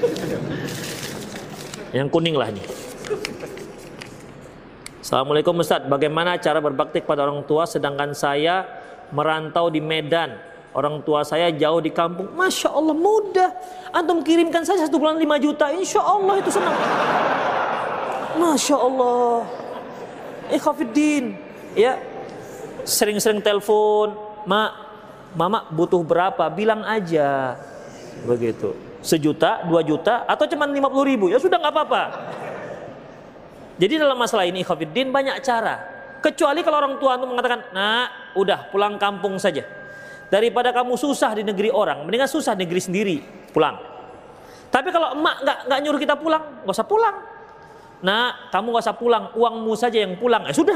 Yang kuning lah ini. Assalamualaikum Ustaz, bagaimana cara berbakti kepada orang tua sedangkan saya merantau di Medan, orang tua saya jauh di kampung? Masya Allah, mudah. Antum kirimkan saja 1 bulan 5 juta, insya Allah itu senang. Masya Allah. Ikhwafiddin, ya, sering-sering telepon, mama butuh berapa, bilang aja, begitu. 1 juta, 2 juta, atau cuma 50.000, ya sudah, nggak apa-apa. Jadi dalam masalah ini ikhwafiddin banyak cara. Kecuali kalau orang tua itu mengatakan, nah udah pulang kampung saja. Daripada kamu susah di negeri orang, mendingan susah di negeri sendiri, pulang. Tapi kalau emak nggak nyuruh kita pulang, nggak usah pulang. Nah, kamu nggak usah pulang, uangmu saja yang pulang, sudah.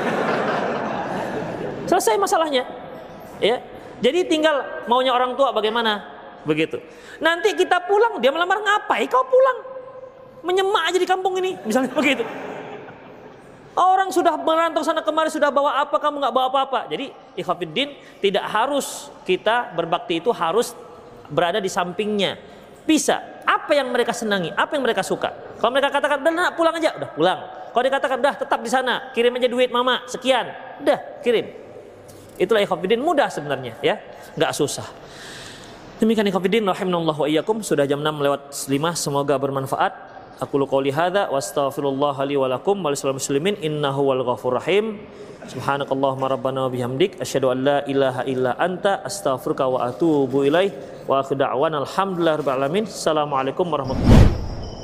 Selesai masalahnya. Ya, jadi tinggal maunya orang tua bagaimana, begitu. Nanti kita pulang, dia melamar, ngapain kau pulang? Menyemak aja di kampung ini, misalnya begitu. Orang sudah merantau sana kemari, sudah bawa apa, kamu nggak bawa apa-apa. Jadi ikhwafiddin, tidak harus kita berbakti itu harus berada di sampingnya. Bisa, apa yang mereka senangi, apa yang mereka suka. Kalau mereka katakan, udah nak pulang aja, udah pulang. Kalau dikatakan, udah tetap di sana, kirim aja duit mama, sekian, udah kirim. Itulah ikhwafiddin, mudah sebenarnya, ya, nggak susah. Demikian ikhwafiddin, rahimanallahu wa iyyakum. Sudah jam 6:05, semoga bermanfaat. Aku qouli hadza wa astaghfirullah li wa lakum wa lisal muslimin innahu wal ghafurur rahim. Subhanakallahumma rabbana wa bihamdik asyhadu an la ilaha illa anta astaghfiruka wa atubu ilaik. Wa akhiru da'wana alhamdulillahirabbil alamin. Assalamualaikum warahmatullahi wabarakatuh.